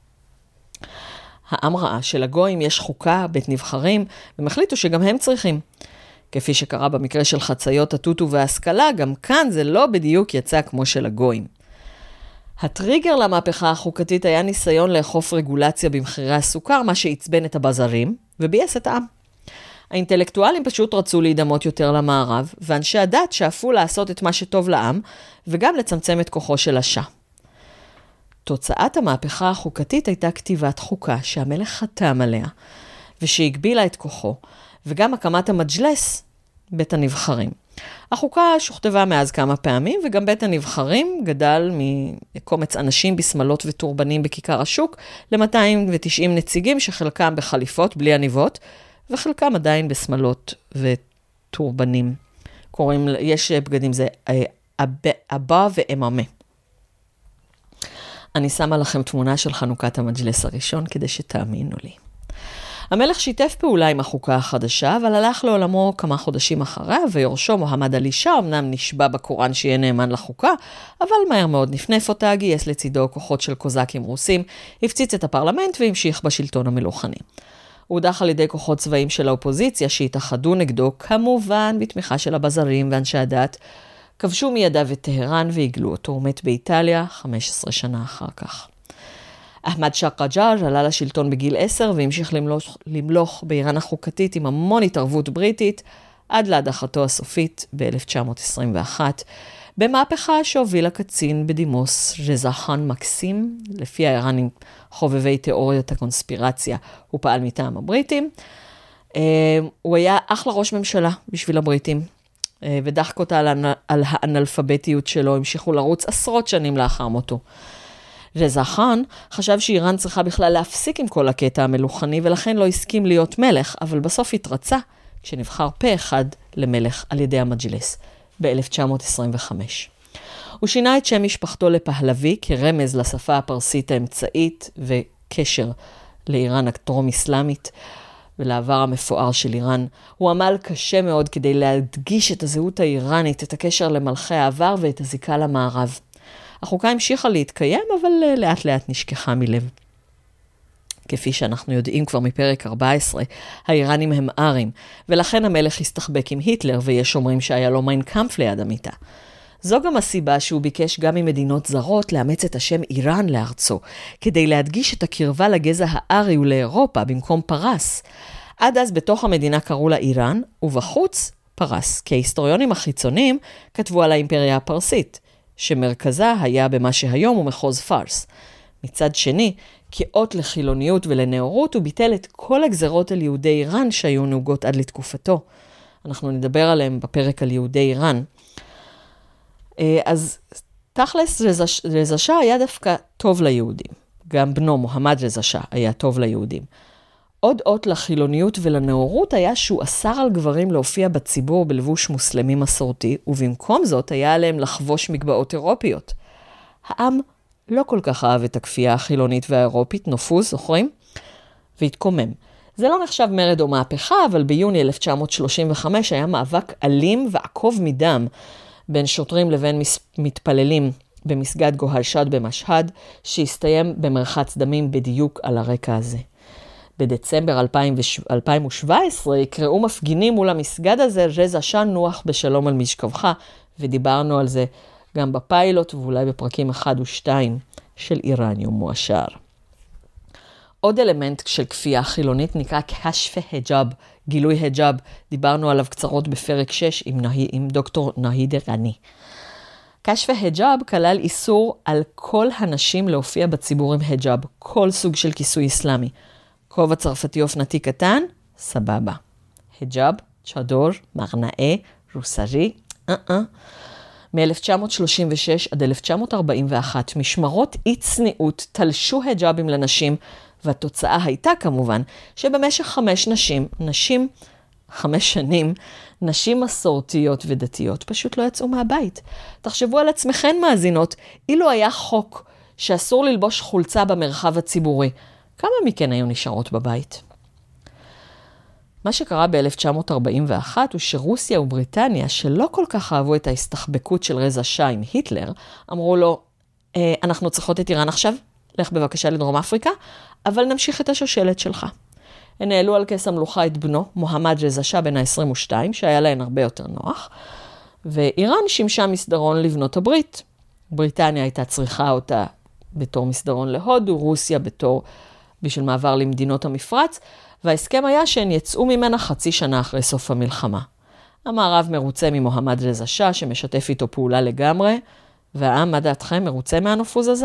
העם ראה שלגויים יש חוקה, בית נבחרים, והם החליטו שגם הם צריכים. כפי שקרה במקרה של חציות הטוטו וההשכלה, גם כאן זה לא בדיוק יצא כמו של הגויים. הטריגר למהפכה החוקתית היה ניסיון לאכוף רגולציה במחירי הסוכר, מה שעצבן את הבזרים ובייס את העם. האינטלקטואלים פשוט רצו להידמות יותר למערב, ואנשי הדת שאפו לעשות את מה שטוב לעם, וגם לצמצם את כוחו של השאה. תוצאת המהפכה החוקתית הייתה כתיבת חוקה שהמלך חתם עליה, ושהגבילה את כוחו, וגם הקמת המג'לס, בית הנבחרים. החוקה שוכתבה מאז כמה פעמים, וגם בית הנבחרים גדל מקומץ אנשים בסמלות וטורבנים בכיכר השוק, ל-מאתיים ותשעים נציגים שחלקם בחליפות בלי עניבות, וחלקם עדיין בסמלות וטורבנים. קוראים, יש בגדים, זה אבא ואממה. אני שמה לכם תמונה של חנוכת המג'לס הראשון, כדי שתאמינו לי. המלך שיתף פעולה עם החוקה החדשה, אבל הלך לעולמו כמה חודשים אחריה, ויורשו מוחמד עלי שאה אמנם נשבע בקוראן שיהיה נאמן לחוקה, אבל מהר מאוד נפנף אותה, גייס לצידו כוחות של קוזקים רוסים, הפציץ את הפרלמנט והמשיך בשלטון המלוכני. הוא הודח על ידי כוחות צבאיים של האופוזיציה שהתאחדו נגדו, כמובן בתמיכה של הבזרים ואנשי הדת, כבשו מידיו את טהרן והגלו אותו, הוא מת באיטליה חמש עשרה שנה אחר כך. אחמד שאה קג'אר עלה לשלטון בגיל עשר והמשיך למלוך, למלוך באיראן החוקתית עם המון התערבות בריטית, עד להדחתו הסופית ב-אלף תשע מאות עשרים ואחת, במהפכה שהוביל קצין בדימוס רזה חאן מקסים, לפי האיראנים חובבי תיאוריות הקונספירציה, הוא פעל מטעם הבריטים. הוא היה אחלה ראש ממשלה בשביל הבריטים, ודחק אותה על האנלפביתיות שלו, המשיכו לרוץ עשרות שנים לאחר מותו. רזה חאן חשב שאיראן צריכה בכלל להפסיק עם כל הקטע המלוכני, ולכן לא הסכים להיות מלך, אבל בסוף התרצה כשנבחר פה אחד למלך על ידי המג'לס ב-אלף תשע מאות עשרים וחמש. הוא שינה את שם משפחתו לפהלוי כרמז לשפה הפרסית האמצעית וקשר לאיראן הטרום-אסלאמית ולעבר המפואר של איראן. הוא עמל קשה מאוד כדי להדגיש את הזהות האיראנית, את הקשר למלכי העבר ואת הזיקה למערב. החוקה המשיכה להתקיים, אבל לאט לאט נשכחה מלב. כפי שאנחנו יודעים כבר מפרק ארבע עשרה, האיראנים הם ארים, ולכן המלך הסתחבק עם היטלר, ויש אומרים שהיה לו מיין קאמפף ליד המיטה. זו גם הסיבה שהוא ביקש גם ממדינות זרות לאמץ את השם איראן לארצו, כדי להדגיש את הקרבה לגזע הארי ולאירופה במקום פרס. עד אז בתוך המדינה קראו לה איראן, ובחוץ פרס, כי ההיסטוריונים החיצוניים כתבו על האימפריה הפרסית, שמרכזה היה במה שהיום הוא מחוז פארס. מצד שני, כאות לחילוניות ולנאורות, הוא ביטל את כל הגזרות על יהודי איראן שהיו נהוגות עד לתקופתו. אנחנו נדבר עליהם בפרק על יהודי איראן. אז תכלס רזה שאה היה דווקא טוב ליהודים. גם בנו מוחמד רזה שאה היה טוב ליהודים. עוד אות לחילוניות ולנאורות היה שהוא אסר על גברים להופיע בציבור בלבוש מוסלמי מסורתי, ובמקום זאת היה עליהם לחבוש מגבעות אירופיות. העם לא כל כך אהב את הכפייה החילונית והאירופית, נופוז, זוכרים? והתקומם. זה לא נחשב מרד או מהפכה, אבל ביוני אלף תשע מאות שלושים וחמש היה מאבק אלים ועקוב מדם בין שוטרים לבין מתפללים במסגד גוהל שד במשהד, שהסתיים במרחץ דמים בדיוק על הרקע הזה. בדצמבר אלפיים ושבע עשרה יקראו מפגינים מול המסגד הזה, רזה שן נוח בשלום על משכבך, ודיברנו על זה גם בפיילוט ואולי בפרקים אחד ושתיים של איראניום מואשר. עוד אלמנט של כפייה חילונית נקרא קשף היג'אב, גילוי היג'אב, דיברנו עליו קצרות בפרק שש עם, נה... עם דוקטור נהיד ערני. קשף היג'אב כלל איסור על כל הנשים להופיע בציבור עם היג'אב, כל סוג של כיסוי אסלאמי. כובע צרפתי אופנתי קטן, סבבה. היג'אב, צ'אדור, מרנאה, רוסרי, אה-אה. מ-אלף תשע מאות שלושים ושש עד אלף תשע מאות ארבעים ואחת, משמרות אי צניעות תלשו היג'אבים לנשים, והתוצאה הייתה כמובן שבמשך חמש נשים, נשים, חמש שנים, נשים מסורתיות ודתיות פשוט לא יצאו מהבית. תחשבו על עצמכן מאזינות, אילו היה חוק שאסור ללבוש חולצה במרחב הציבורי, כמה מכן היו נשארות בבית? מה שקרה ב-אלף תשע מאות ארבעים ואחת הוא שרוסיה ובריטניה, שלא כל כך אהבו את ההסתחבקות של רזה שא עם היטלר, אמרו לו, אה, אנחנו צריכות את איראן עכשיו, לך בבקשה לדרום אפריקה, אבל נמשיך את השושלת שלך. הן העלו על כס המלוכה את בנו, מוחמד רזה שא בן ה-עשרים ושתיים, שהיה להן הרבה יותר נוח, ואיראן שימשה מסדרון לבנות הברית. בריטניה הייתה צריכה אותה בתור מסדרון להודו, רוסיה בתור בשביל מעבר למדינות המפרץ, וההסכם היה שהן יצאו ממנה חצי שנה אחרי סוף המלחמה. המערב מרוצה ממוחמד רזה שא, שמשתף איתו פעולה לגמרי, והעם, מה דעתכם, מרוצה מהנופוז הזה?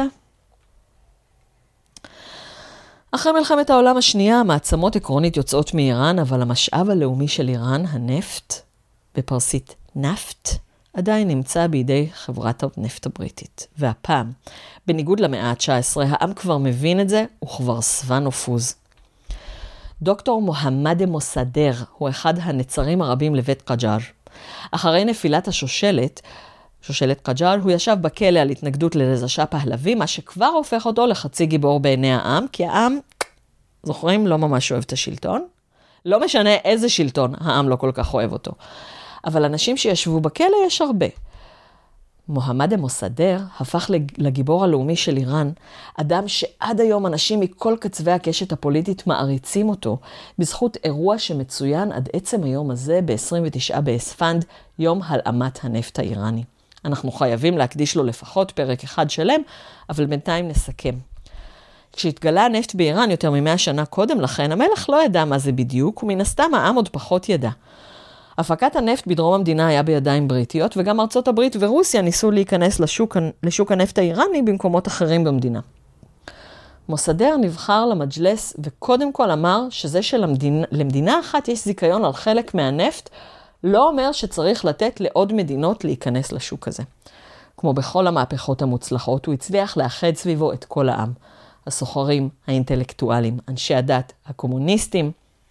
אחרי מלחמת העולם השנייה, מעצמות עקרונית יוצאות מאיראן, אבל המשאב הלאומי של איראן, הנפט, בפרסית נפט, עדיין נמצא בידי חברת הנפט הבריטית. והפעם, בניגוד למאה ה-תשע עשרה, העם כבר מבין את זה, וכבר שבע נופוז. דוקטור מוחמד מוסדר הוא אחד הנצרים הרבים לבית קג'אר. אחרי נפילת השושלת, שושלת קג'אר, הוא ישב בכלא על התנגדות לרזה שא פהלוי, מה שכבר הופך אותו לחצי גיבור בעיני העם, כי העם, זוכרים, לא ממש אוהב את השלטון. לא משנה איזה שלטון, העם לא כל כך אוהב אותו. אבל אנשים שישבו בכלא יש הרבה. מוחמד מוסדר הפך לגיבור הלאומי של איראן, אדם שעד היום אנשים מכל קצווי הקשת הפוליטית מעריצים אותו, בזכות אירוע שמצוין עד עצם היום הזה ב-עשרים ותשעה באספנד, יום הלאמת הנפט האיראני. אנחנו חייבים להקדיש לו לפחות פרק אחד שלם, אבל בינתיים נסכם. כשהתגלה הנפט באיראן יותר ממאה שנה קודם לכן, המלך לא ידע מה זה בדיוק, ומן הסתם העם עוד פחות ידע. הפקת הנפט בדרום המדינה היה בידיים בריטיות, וגם ארצות הברית ורוסיה ניסו להיכנס לשוק, לשוק הנפט האיראני במקומות אחרים במדינה. מוסדר נבחר למג'לס, וקודם כל אמר שזה שלמדינה אחת יש זיכיון על חלק מהנפט, לא אומר שצריך לתת לעוד מדינות להיכנס לשוק הזה. כמו בכל המהפכות המוצלחות, הוא הצליח לאחד סביבו את כל העם. הסוחרים, האינטלקטואלים, אנשי הדת, הקומוניסטים.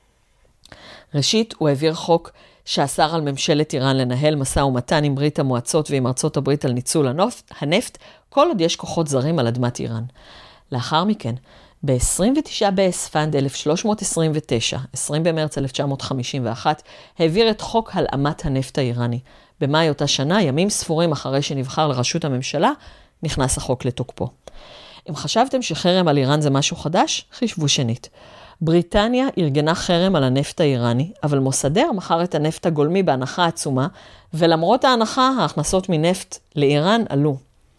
ראשית, הוא העביר חוק שאסר על ממשלת איראן לנהל משא ומתן עם ברית המועצות ועם ארצות הברית על ניצול הנפט, כל עוד יש כוחות זרים על אדמת איראן. לאחר מכן, ב-עשרים ותשעה באספנד אלף שלוש מאות עשרים ותשע, עשרים במרץ אלף תשע מאות חמישים ואחת, העביר את חוק הלאמת הנפט האיראני. במאי אותה שנה, ימים ספורים אחרי שנבחר לראשות הממשלה, נכנס החוק לתוקפו. אם חשבתם שחרם על איראן זה משהו חדש, חישבו שנית. בריטניה ארגנה חרם על הנפט האיראני, אבל מוסדר מכר את הנפט הגולמי בהנחה עצומה, ולמרות ההנחה, ההכנסות מנפט לאיראן עלו.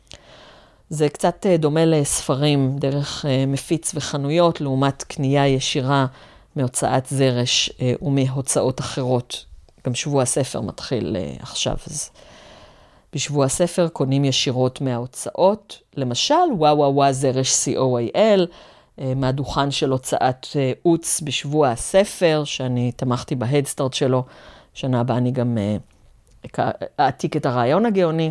זה קצת דומה לספרים דרך מפיץ וחנויות, לעומת קנייה ישירה מהוצאת זרש ומהוצאות אחרות. גם שבוע הספר מתחיל עכשיו. אז בשבוע הספר קונים ישירות מההוצאות, למשל, וואו וואו וואו זרש סי או איי אל, מהדוכן של הוצאת אוץ בשבוע הספר, שאני תמכתי בהדסטארט שלו, שנה הבאה אני גם אעתיק את הרעיון הגאוני,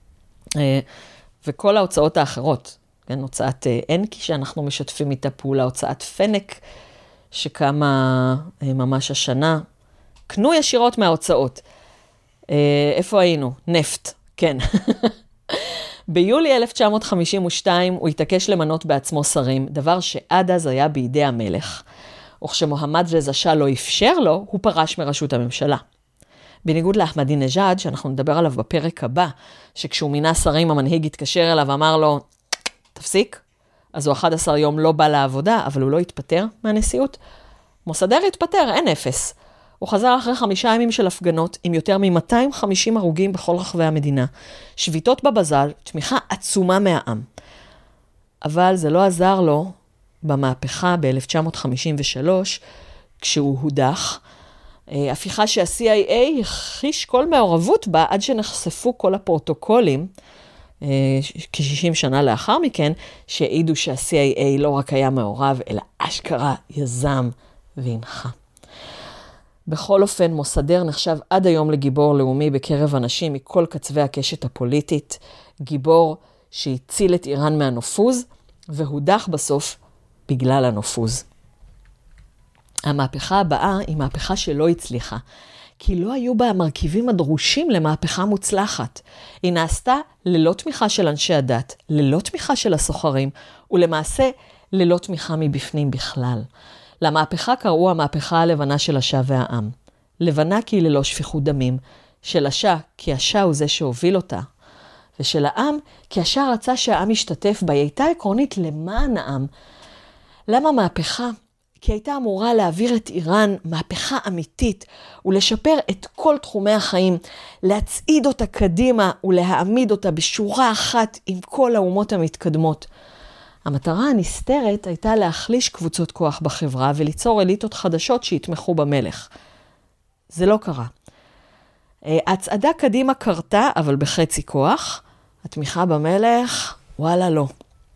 וכל ההוצאות האחרות, כן, הוצאת אנקי שאנחנו משתפים איתה פעולה, הוצאת פנק שקמה ממש השנה, קנו ישירות מההוצאות. איפה היינו? נפט, כן. ביולי אלף תשע מאות חמישים ושתיים הוא התעקש למנות בעצמו שרים, דבר שעד אז היה בידי המלך. וכשמוחמד רזה שאה לא אפשר לו, הוא פרש מראשות הממשלה. בניגוד לאחמדינג'אד, שאנחנו נדבר עליו בפרק הבא, שכשהוא מינה שרים, המנהיג התקשר אליו ואמר לו, תפסיק, אז הוא אחד עשר יום לא בא לעבודה, אבל הוא לא התפטר מהנשיאות. מוסדר התפטר, אין אפס. הוא חזר אחרי חמישה ימים של הפגנות, עם יותר מ-מאתיים וחמישים הרוגים בכל רחבי המדינה, שביתות בבזל, תמיכה עצומה מהעם. אבל זה לא עזר לו במהפכה ב-אלף תשע מאות חמישים ושלוש, כשהוא הודח, הפיכה שה-סי איי איי הכחיש כל מעורבות בה, עד שנחשפו כל הפרוטוקולים, כ-שישים שנה לאחר מכן, שהעידו שה-סי איי איי לא רק היה מעורב, אלא אשכרה יזם והנחה. בכל אופן, מוסדר נחשב עד היום לגיבור לאומי בקרב אנשים מכל קצווי הקשת הפוליטית, גיבור שהציל את איראן מהנופוז, והודח בסוף בגלל הנופוז. המהפכה הבאה היא מהפכה שלא הצליחה, כי לא היו בה המרכיבים הדרושים למהפכה מוצלחת. היא נעשתה ללא תמיכה של אנשי הדת, ללא תמיכה של הסוחרים, ולמעשה ללא תמיכה מבפנים בכלל. למהפכה קראו המהפכה הלבנה של השאה והעם. לבנה כי היא ללא שפיכות דמים, של השאה כי השאה הוא זה שהוביל אותה, ושל העם כי השאה רצה שהעם ישתתף בה, היא הייתה עקרונית למען העם. למה מהפכה? כי הייתה אמורה להעביר את איראן מהפכה אמיתית ולשפר את כל תחומי החיים, להצעיד אותה קדימה ולהעמיד אותה בשורה אחת עם כל האומות המתקדמות. המטרה הנסתרת הייתה להחליש קבוצות כוח בחברה וליצור אליטות חדשות שיתמכו במלך. זה לא קרה. ההצעדה קדימה קרתה, אבל בחצי כוח. התמיכה במלך, וואלה לא.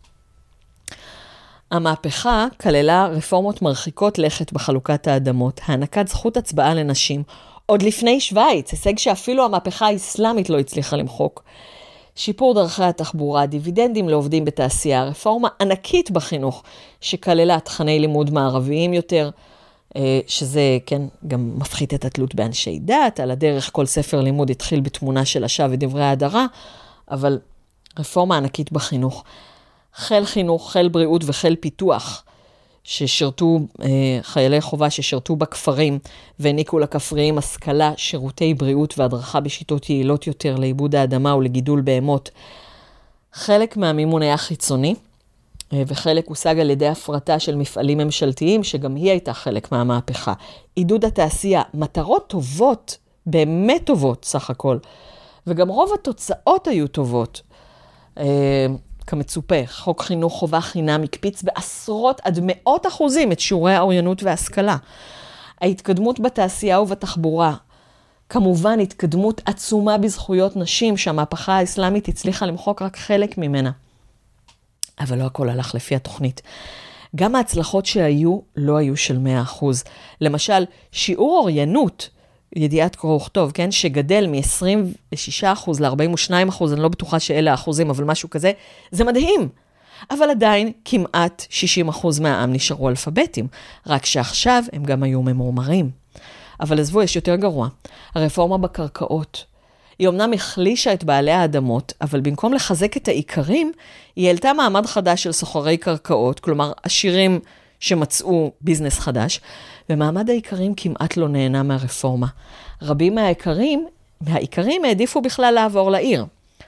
המהפכה כללה רפורמות מרחיקות לכת בחלוקת האדמות, הענקת זכות הצבעה לנשים, עוד לפני שוויץ, הישג שאפילו המהפכה האסלאמית לא הצליחה למחוק. שיפור דרכי התחבורה, דיבידנדים לעובדים בתעשייה, רפורמה ענקית בחינוך, שכללה תכני לימוד מערביים יותר, שזה כן גם מפחית את התלות באנשי דת, על הדרך כל ספר לימוד התחיל בתמונה של השאה ודברי ההדרה, אבל רפורמה ענקית בחינוך. חיל חינוך, חיל בריאות וחיל פיתוח, ששירתו, חיילי חובה ששירתו בכפרים, והעניקו לכפריים השכלה, שירותי בריאות והדרכה בשיטות יעילות יותר לעיבוד האדמה ולגידול בהמות. חלק מהמימון היה חיצוני, וחלק הושג על ידי הפרטה של מפעלים ממשלתיים, שגם היא הייתה חלק מהמהפכה. עידוד התעשייה, מטרות טובות, באמת טובות סך הכל, וגם רוב התוצאות היו טובות. כמצופה, חוק חינוך חובה חינם הקפיץ בעשרות עד מאות אחוזים את שיעורי האוריינות וההשכלה. ההתקדמות בתעשייה ובתחבורה, כמובן התקדמות עצומה בזכויות נשים, שהמהפכה האסלאמית הצליחה למחוק רק חלק ממנה. אבל לא הכל הלך לפי התוכנית. גם ההצלחות שהיו לא היו של מאה אחוז. למשל, שיעור אוריינות, ידיעת קרוא וכתוב, כן, שגדל מ-עשרים ושישה אחוז ל-ארבעים ושניים אחוז, אני לא בטוחה שאלה האחוזים, אבל משהו כזה, זה מדהים. אבל עדיין כמעט שישים אחוז מהעם נשארו אלפביתים, רק שעכשיו הם גם היו ממורמרים. אבל עזבו, יש יותר גרוע. הרפורמה בקרקעות. היא אמנם החלישה את בעלי האדמות, אבל במקום לחזק את העיקרים, היא העלתה מעמד חדש של סוחרי קרקעות, כלומר עשירים שמצאו ביזנס חדש, ומעמד העיקרים כמעט לא נהנה מהרפורמה. רבים מהעיקרים, מהעיקרים העדיפו בכלל לעבור לעיר.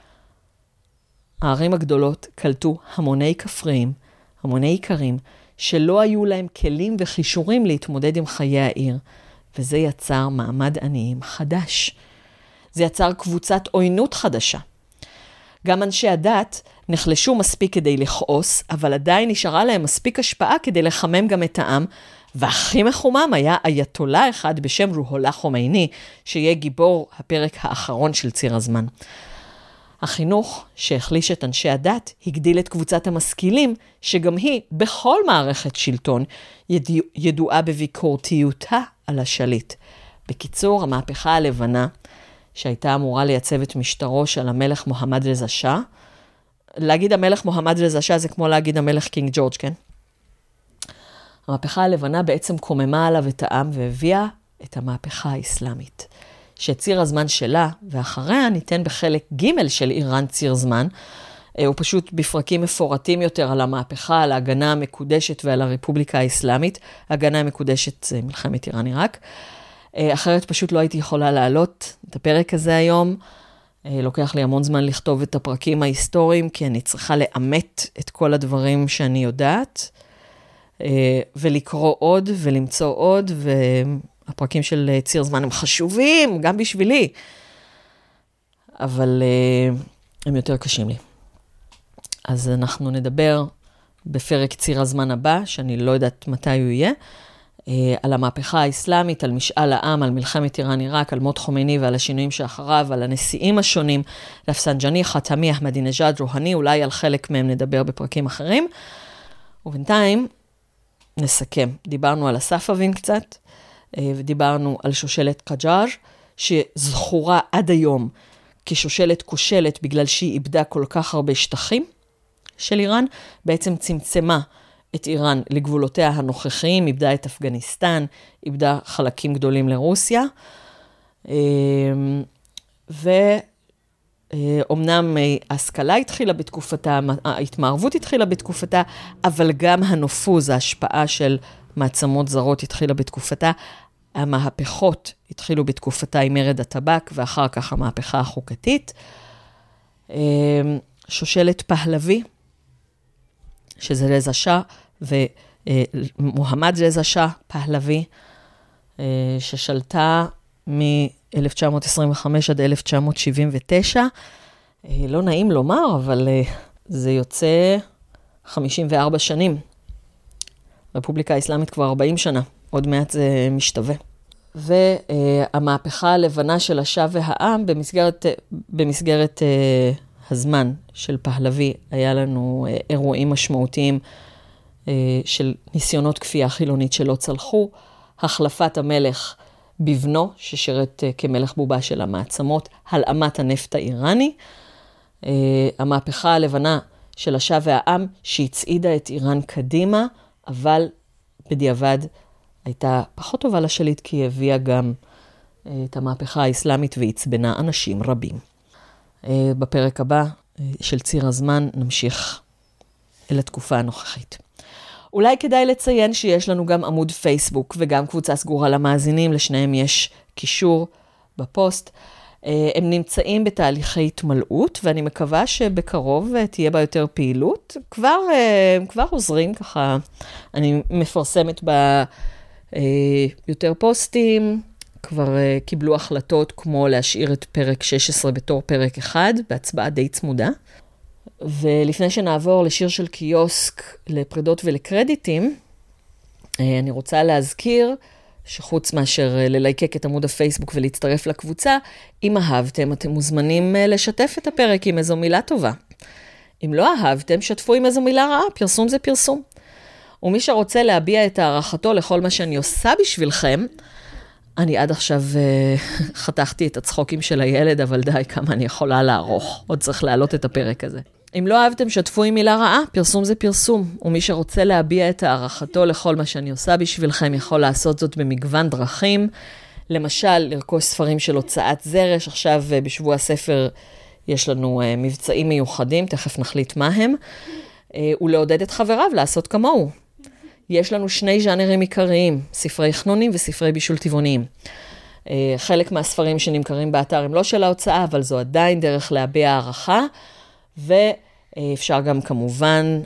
הערים הגדולות קלטו המוני כפריים, המוני עיקרים, שלא היו להם כלים וחישורים להתמודד עם חיי העיר, וזה יצר מעמד עניים חדש. זה יצר קבוצת עוינות חדשה. גם אנשי הדת נחלשו מספיק כדי לכעוס, אבל עדיין נשארה להם מספיק השפעה כדי לחמם גם את העם, והכי מחומם היה אייתולה אחד בשם רוהולה חומייני, שיהיה גיבור הפרק האחרון של ציר הזמן. החינוך שהחליש את אנשי הדת הגדיל את קבוצת המשכילים, שגם היא בכל מערכת שלטון ידוע, ידועה בביקורתיותה על השליט. בקיצור, המהפכה הלבנה, שהייתה אמורה לייצב את משטרו של המלך מוחמד רזה שאה, להגיד המלך מוחמד רזה שאה זה כמו להגיד המלך קינג ג'ורג', כן? המהפכה הלבנה בעצם קוממה עליו את העם והביאה את המהפכה האסלאמית. שציר הזמן שלה, ואחריה ניתן בחלק ג' של איראן ציר זמן, הוא פשוט בפרקים מפורטים יותר על המהפכה, על ההגנה המקודשת ועל הרפובליקה האסלאמית. ההגנה המקודשת זה מלחמת איראן-עיראק. אחרת פשוט לא הייתי יכולה להעלות את הפרק הזה היום. לוקח לי המון זמן לכתוב את הפרקים ההיסטוריים, כי אני צריכה לאמת את כל הדברים שאני יודעת, ולקרוא עוד ולמצוא עוד, והפרקים של ציר זמן הם חשובים, גם בשבילי, אבל הם יותר קשים לי. אז אנחנו נדבר בפרק ציר הזמן הבא, שאני לא יודעת מתי הוא יהיה, על המהפכה האסלאמית, על משאל העם, על מלחמת איראן-עיראק, על מות חומייני ועל השינויים שאחריו, על הנשיאים השונים, רפסנג'אני, חתמי, אחמדינג'אד, רוהני, אולי על חלק מהם נדבר בפרקים אחרים. ובינתיים נסכם. דיברנו על הספאבין קצת, ודיברנו על שושלת קג'אר, שזכורה עד היום כשושלת כושלת בגלל שהיא איבדה כל כך הרבה שטחים של איראן, בעצם צמצמה את איראן לגבולותיה הנוכחיים, איבדה את אפגניסטן, איבדה חלקים גדולים לרוסיה, ואומנם ההשכלה התחילה בתקופתה, ההתמערבות התחילה בתקופתה, אבל גם הנופוז, ההשפעה של מעצמות זרות התחילה בתקופתה, המהפכות התחילו בתקופתה עם מרד הטבק, ואחר כך המהפכה החוקתית. שושלת פהלוי, שזה רזה שאה, ומוחמד רזה שאה פהלוי, ששלטה מ-אלף תשע מאות עשרים וחמש עד אלף תשע מאות שבעים ותשע. לא נעים לומר, אבל זה יוצא חמישים וארבע שנים. רפובליקה האסלאמית כבר ארבעים שנה, עוד מעט זה משתווה. והמהפכה הלבנה של השאה והעם, במסגרת, במסגרת הזמן של פהלוי, היה לנו אירועים משמעותיים של ניסיונות כפייה חילונית שלא צלחו, החלפת המלך בבנו, ששירת כמלך בובה של המעצמות, הלאמת הנפט האיראני, המהפכה הלבנה של השאה והעם, שהצעידה את איראן קדימה, אבל בדיעבד הייתה פחות טובה לשליט, כי היא הביאה גם את המהפכה האסלאמית והצבנה אנשים רבים. בפרק הבא של ציר הזמן נמשיך אל התקופה הנוכחית. אולי כדאי לציין שיש לנו גם עמוד פייסבוק וגם קבוצה סגורה למאזינים, לשניהם יש קישור בפוסט. הם נמצאים בתהליכי התמלאות, ואני מקווה שבקרוב תהיה בה יותר פעילות. כבר, כבר עוזרים ככה, אני מפרסמת בה יותר פוסטים, כבר קיבלו החלטות כמו להשאיר את פרק שש עשרה בתור פרק אחד, בהצבעה די צמודה. ולפני שנעבור לשיר של קיוסק לפרידות ולקרדיטים, אני רוצה להזכיר שחוץ מאשר ללייקק את עמוד הפייסבוק ולהצטרף לקבוצה, אם אהבתם, אתם מוזמנים לשתף את הפרק עם איזו מילה טובה. אם לא אהבתם, שתפו עם איזו מילה רעה, פרסום זה פרסום. ומי שרוצה להביע את הערכתו לכל מה שאני עושה בשבילכם, אני עד עכשיו uh, חתכתי את הצחוקים של הילד, אבל די כמה אני יכולה לערוך. עוד צריך להעלות את הפרק הזה. אם לא אהבתם, שתפו עם מילה רעה, פרסום זה פרסום. ומי שרוצה להביע את הערכתו לכל מה שאני עושה בשבילכם, יכול לעשות זאת במגוון דרכים. למשל, לרכוש ספרים של הוצאת זרש. עכשיו בשבוע הספר יש לנו uh, מבצעים מיוחדים, תכף נחליט מה הם. Uh, ולעודד את חבריו לעשות כמוהו. יש לנו שני ז'אנרים עיקריים, ספרי חנונים וספרי בישול טבעוניים. חלק מהספרים שנמכרים באתר הם לא של ההוצאה, אבל זו עדיין דרך להביע הערכה, ואפשר גם כמובן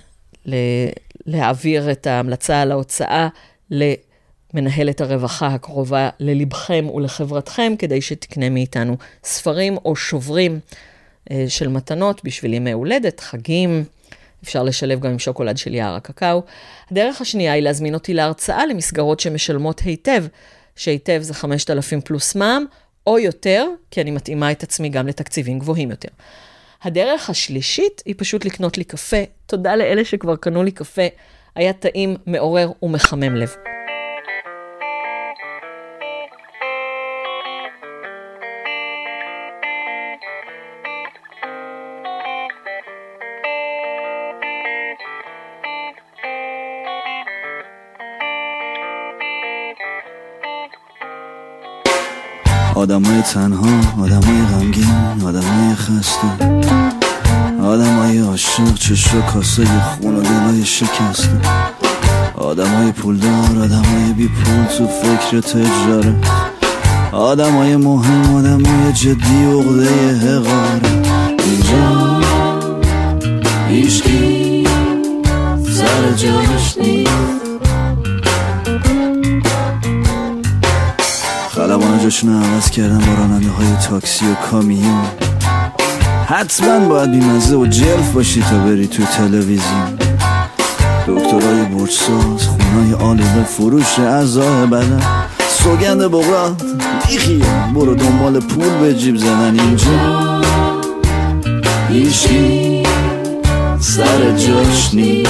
להעביר את ההמלצה על ההוצאה למנהלת הרווחה הקרובה ללבכם ולחברתכם, כדי שתקנה מאיתנו ספרים או שוברים של מתנות בשביל ימי הולדת, חגים, אפשר לשלב גם עם שוקולד של יער הקקאו. הדרך השנייה היא להזמין אותי להרצאה למסגרות שמשלמות היטב, שהיטב זה חמשת אלפים פלוס מע"מ, או יותר, כי אני מתאימה את עצמי גם לתקציבים גבוהים יותר. הדרך השלישית היא פשוט לקנות לי קפה. תודה לאלה שכבר קנו לי קפה. היה טעים, מעורר ומחמם לב. آدمای تنها، آدمای غمگین، آدمای خسته، آدم های عاشق چشا کاسه خون و دلای شکسته، آدم های پولدار، آدم های بی پول تو فکر تجارت، آدم های مهم، آدم های جدی عقده حقارت. اینجا هیچکی سر جاش نیست. خلبان جاشون عوض کردن با راننده های تاکسی و کامیون. حتما باید بیمزه و جلف باشی تا بری تو تلویزیون. دکترای برجساز، خونای آلیوه، فروش اعضای بدن، سوگند بغرات بیخیه، برو دنبال پول به جیب زدن. اینجا هیچکی سر جاش نیست.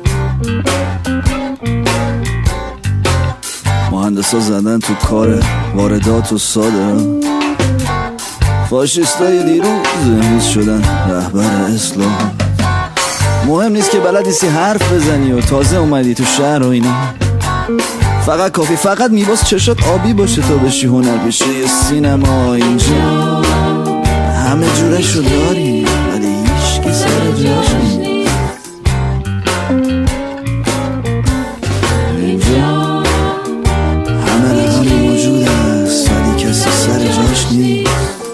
مهندسا زدن تو کار واردات و صادرات، فاشیستای دیروز امروز شدن رهبر اسلام. مهم نیست که بلد نیستی حرف بزنی و تازه اومدی تو شهر و اینا، فقط کافی فقط میباس چشات آبی باشه تا بشی هنرپیشه سینما. اینجا همه جورش رو داری ولی هیچکی سر جاش نیست. اینجا همه رقم موجود است ولی کسی سر جاش نیست.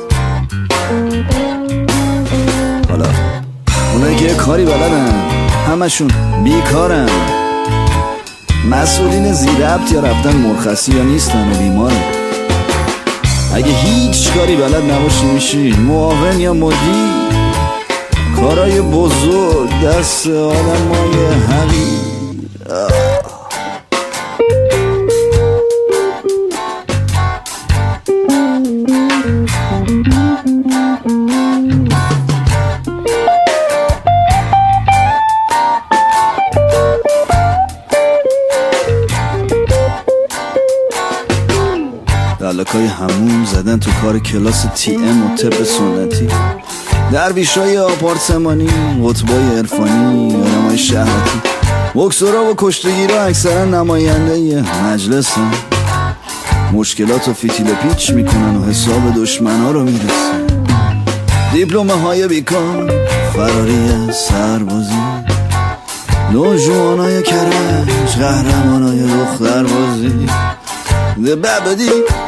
حالا اونایی که کاری بلدن همشون بیکارن، مسئولین زیربط یا رفتن مرخصی یا نیستن و بیمارن. اگه هیچ کاری بلد نباشی میشی معاون یا مدیر. کارای بزرگ دست آدمای حقیر. دلکای همون زدن تو کار کلاس تی ام و طب سنتی، درویشای آپارتمانی، قطبای عرفانی، آدمای شهرتی، بکسورا و کشتگیرا اکثرا نماینده مجلسن. مشکلات و فتیل پیچ میکنن و حساب دشمنا رو میرسن. دیپلمه های بیکار، فراری از سربازی، نوجوانای کرج، قهرمانای دختربازی. ده بابدی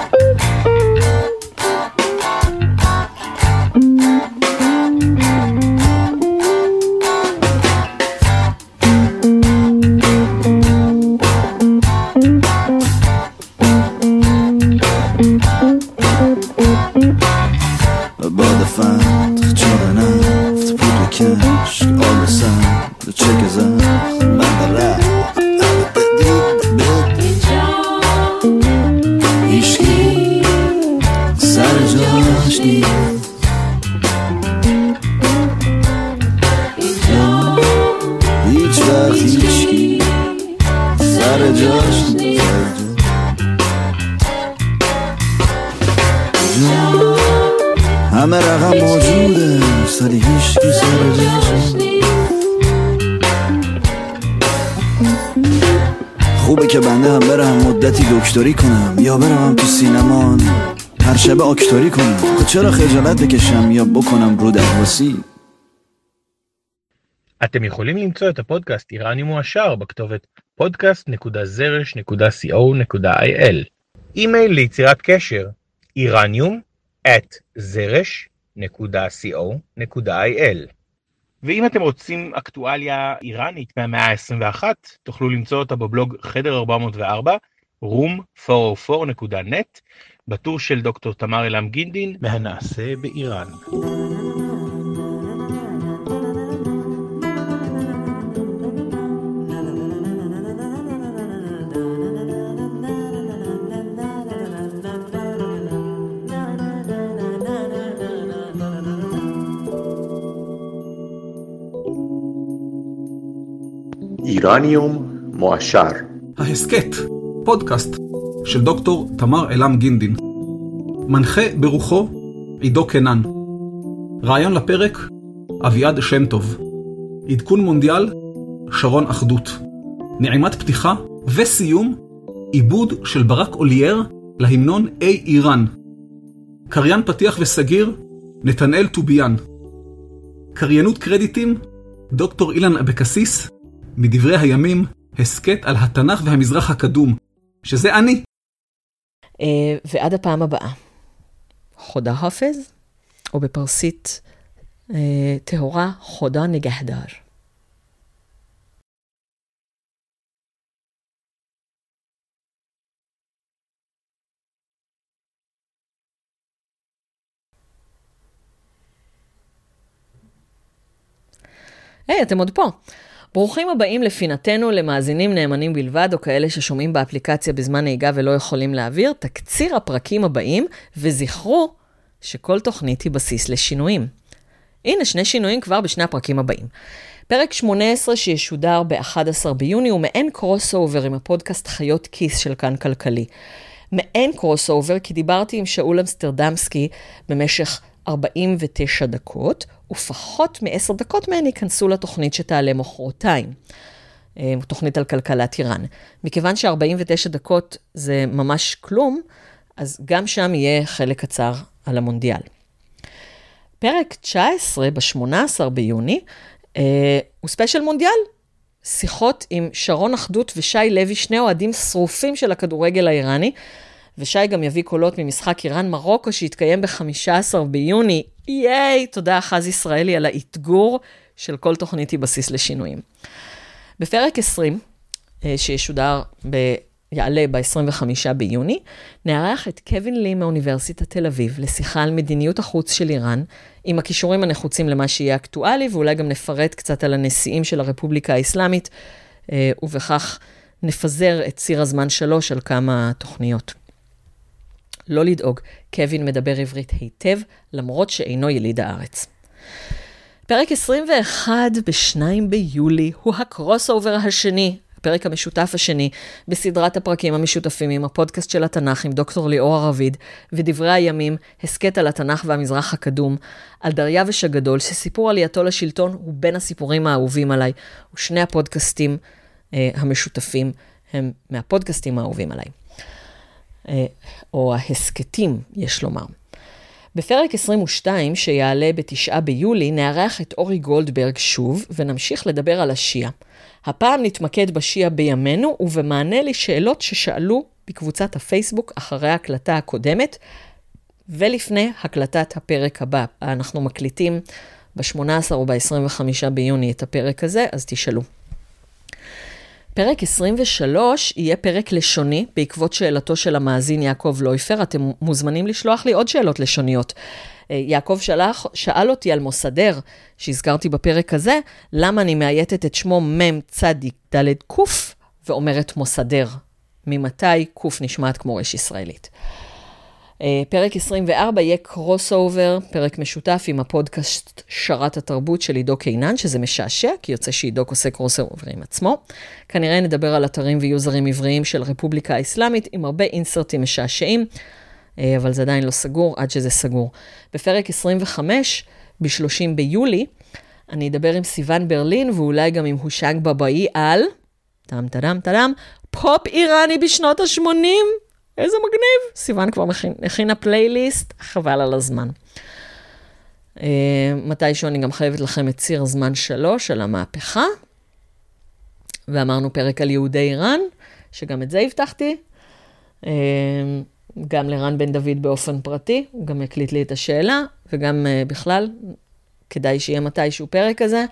باد فتح چار نفت پول کش آل سند چک زن من در هیچکی سر جاش نیست. هیچ وقت هیچکی سر جاش نیست. همه رقم موجوده ولی هیچکی سر جاش نیست. خوبه که بنده هم برم مدتی دکتری کنم یا برم تو سینما هر شب آکتوری کنم. چرا خجالت بکشم یا بکنم رو درواسی. אתם יכולים למצוא את הפודקאסט איראניום מועשר בכתובת פודקאסט נקודה זרש נקודה סי או נקודה איי אל. אימייל ליצירת קשר איראניום at זרש נקודה סי או נקודה איי אל. ואם אתם רוצים אקטואליה איראנית מהמאה ה-עשרים ואחת, תוכלו למצוא אותה בבלוג חדר ארבע מאות וארבע, רום ארבע מאות וארבע נקודה נט, בטור של דוקטור תמר אלעם גינדין, מהנעשה באיראן. איראניום מועשר. ההסכת, פודקאסט של דוקטור תמר אלעם גינדין. מנחה ברוחו עידו קנן. רעיון לפרק אביעד שם טוב. עדכון מונדיאל שרון אחדות. נעימת פתיחה וסיום עיבוד של ברק אולייר להמנון אי איראן. קריין פתיח וסגיר נתנאל טוביאן. קריינות קרדיטים, דוקטור אילן אבקסיס, מדברי הימים, הסקט על התנ"ך והמזרח הקדום, שזה אני. ועד הפעם הבאה. חודה חופז, או בפרסית טהורה חודה נגהדר. היי, אתם עוד פה. ברוכים הבאים לפינתנו למאזינים נאמנים בלבד, או כאלה ששומעים באפליקציה בזמן נהיגה ולא יכולים להעביר, תקציר הפרקים הבאים, וזכרו שכל תוכנית היא בסיס לשינויים. הנה שני שינויים כבר בשני הפרקים הבאים. פרק שמונה עשרה שישודר ב-אחד עשר ביוני הוא מעין קרוס אובר עם הפודקאסט חיות כיס של כאן כלכלי. מעין קרוס אובר כי דיברתי עם שאול אמסטרדמסקי במשך ארבעים ותשע דקות, ופחות מ-עשר דקות מהן ייכנסו לתוכנית שתעלה מחרתיים. תוכנית על כלכלת איראן. מכיוון ש-ארבעים ותשע דקות זה ממש כלום, אז גם שם יהיה חלק קצר על המונדיאל. פרק תשע עשרה ב-שמונה עשר ביוני אה, הוא ספיישל מונדיאל. שיחות עם שרון אחדות ושי לוי, שני אוהדים שרופים של הכדורגל האיראני, ושי גם יביא קולות ממשחק איראן מרוקו שהתקיים ב-חמישה עשר ביוני. ייי, תודה חז ישראלי על האתגור של כל תוכנית היא בסיס לשינויים. בפרק עשרים, שישודר ב... יעלה ב-עשרים וחמישה ביוני, נערך את קווין לי מאוניברסיטת תל אביב לשיחה על מדיניות החוץ של איראן, עם הכישורים הנחוצים למה שיהיה אקטואלי, ואולי גם נפרט קצת על הנשיאים של הרפובליקה האסלאמית, ובכך נפזר את ציר הזמן שלוש על כמה תוכניות. לא לדאוג, קווין מדבר עברית היטב, למרות שאינו יליד הארץ. פרק עשרים ואחד ב-שני ביולי הוא הקרוס אובר השני, הפרק המשותף השני, בסדרת הפרקים המשותפים עם הפודקאסט של התנ"ך עם דוקטור ליאור הרביד, ודברי הימים, הסקט על התנ"ך והמזרח הקדום, על דריווש הגדול, שסיפור עלייתו לשלטון הוא בין הסיפורים האהובים עליי, ושני הפודקאסטים אה, המשותפים הם מהפודקאסטים האהובים עליי. אה, או ההסקטים, יש לומר. בפרק עשרים ושתיים, שיעלה בתשעה ביולי, נערך את אורי גולדברג שוב, ונמשיך לדבר על השיעה. הפעם נתמקד בשיעה בימינו, ובמענה לשאלות ששאלו בקבוצת הפייסבוק אחרי ההקלטה הקודמת, ולפני הקלטת הפרק הבא. אנחנו מקליטים ב-שמונה עשר או ב-עשרים וחמישה ביוני את הפרק הזה, אז תשאלו. פרק עשרים ושלוש יהיה פרק לשוני, בעקבות שאלתו של המאזין יעקב לויפר. אתם מוזמנים לשלוח לי עוד שאלות לשוניות. יעקב שלח, שאל אותי על מוסדר, שהזכרתי בפרק הזה, למה אני מאייתת את שמו מם צדיק דלת קוף, ואומרת מוסדר. ממתי קוף נשמעת כמו רש ישראלית. פרק עשרים וארבע יהיה קרוס אובר, פרק משותף עם הפודקאסט שרת התרבות של עידו קינן, שזה משעשע, כי יוצא שעידו עושה קרוס אובר עם עצמו. כנראה נדבר על אתרים ויוזרים עבריים של הרפובליקה האסלאמית, עם הרבה אינסרטים משעשעים, אבל זה עדיין לא סגור, עד שזה סגור. בפרק עשרים וחמש, ב-שלושים ביולי, אני אדבר עם סיוון ברלין, ואולי גם עם הושאג בבאי על, טם טדם טדם, פופ איראני בשנות ה-שמונים, איזה מגניב. סיוון כבר מכין, הכינה פלייליסט, חבל על הזמן. מתישהו אני גם חייבת לכם את ציר הזמן שלוש על המהפכה, ואמרנו פרק על יהודי איראן, שגם את זה הבטחתי, גם לרן בן דוד באופן פרטי, הוא גם הקליט לי את השאלה, וגם uh, בכלל, כדאי שיהיה מתישהו פרק כזה,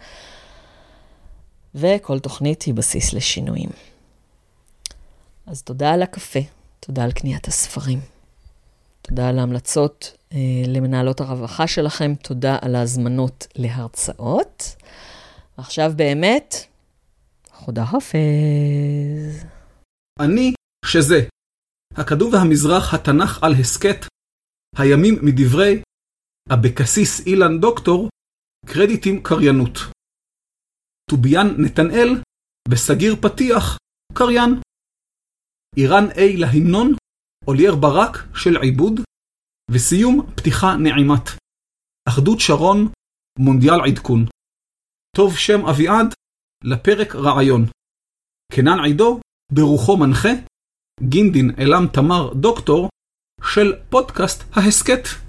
וכל תוכנית היא בסיס לשינויים. אז תודה על הקפה, תודה על קניית הספרים, תודה על ההמלצות uh, למנהלות הרווחה שלכם, תודה על ההזמנות להרצאות, ועכשיו באמת, חודה חופז. אני שזה. הכדור והמזרח, התנ"ך על הסקט, הימים מדברי אבקסיס אילן דוקטור, קרדיטים קריינות. טוביאן נתנאל, בסגיר פתיח, קריין. איראן A להמנון, אולייר ברק של עיבוד, וסיום פתיחה נעימת. אחדות שרון, מונדיאל עדכון. טוב שם אביעד, לפרק רעיון. קנן עידו, ברוחו מנחה, גינדין אלם תמר דוקטור של פודקאסט ההסקט.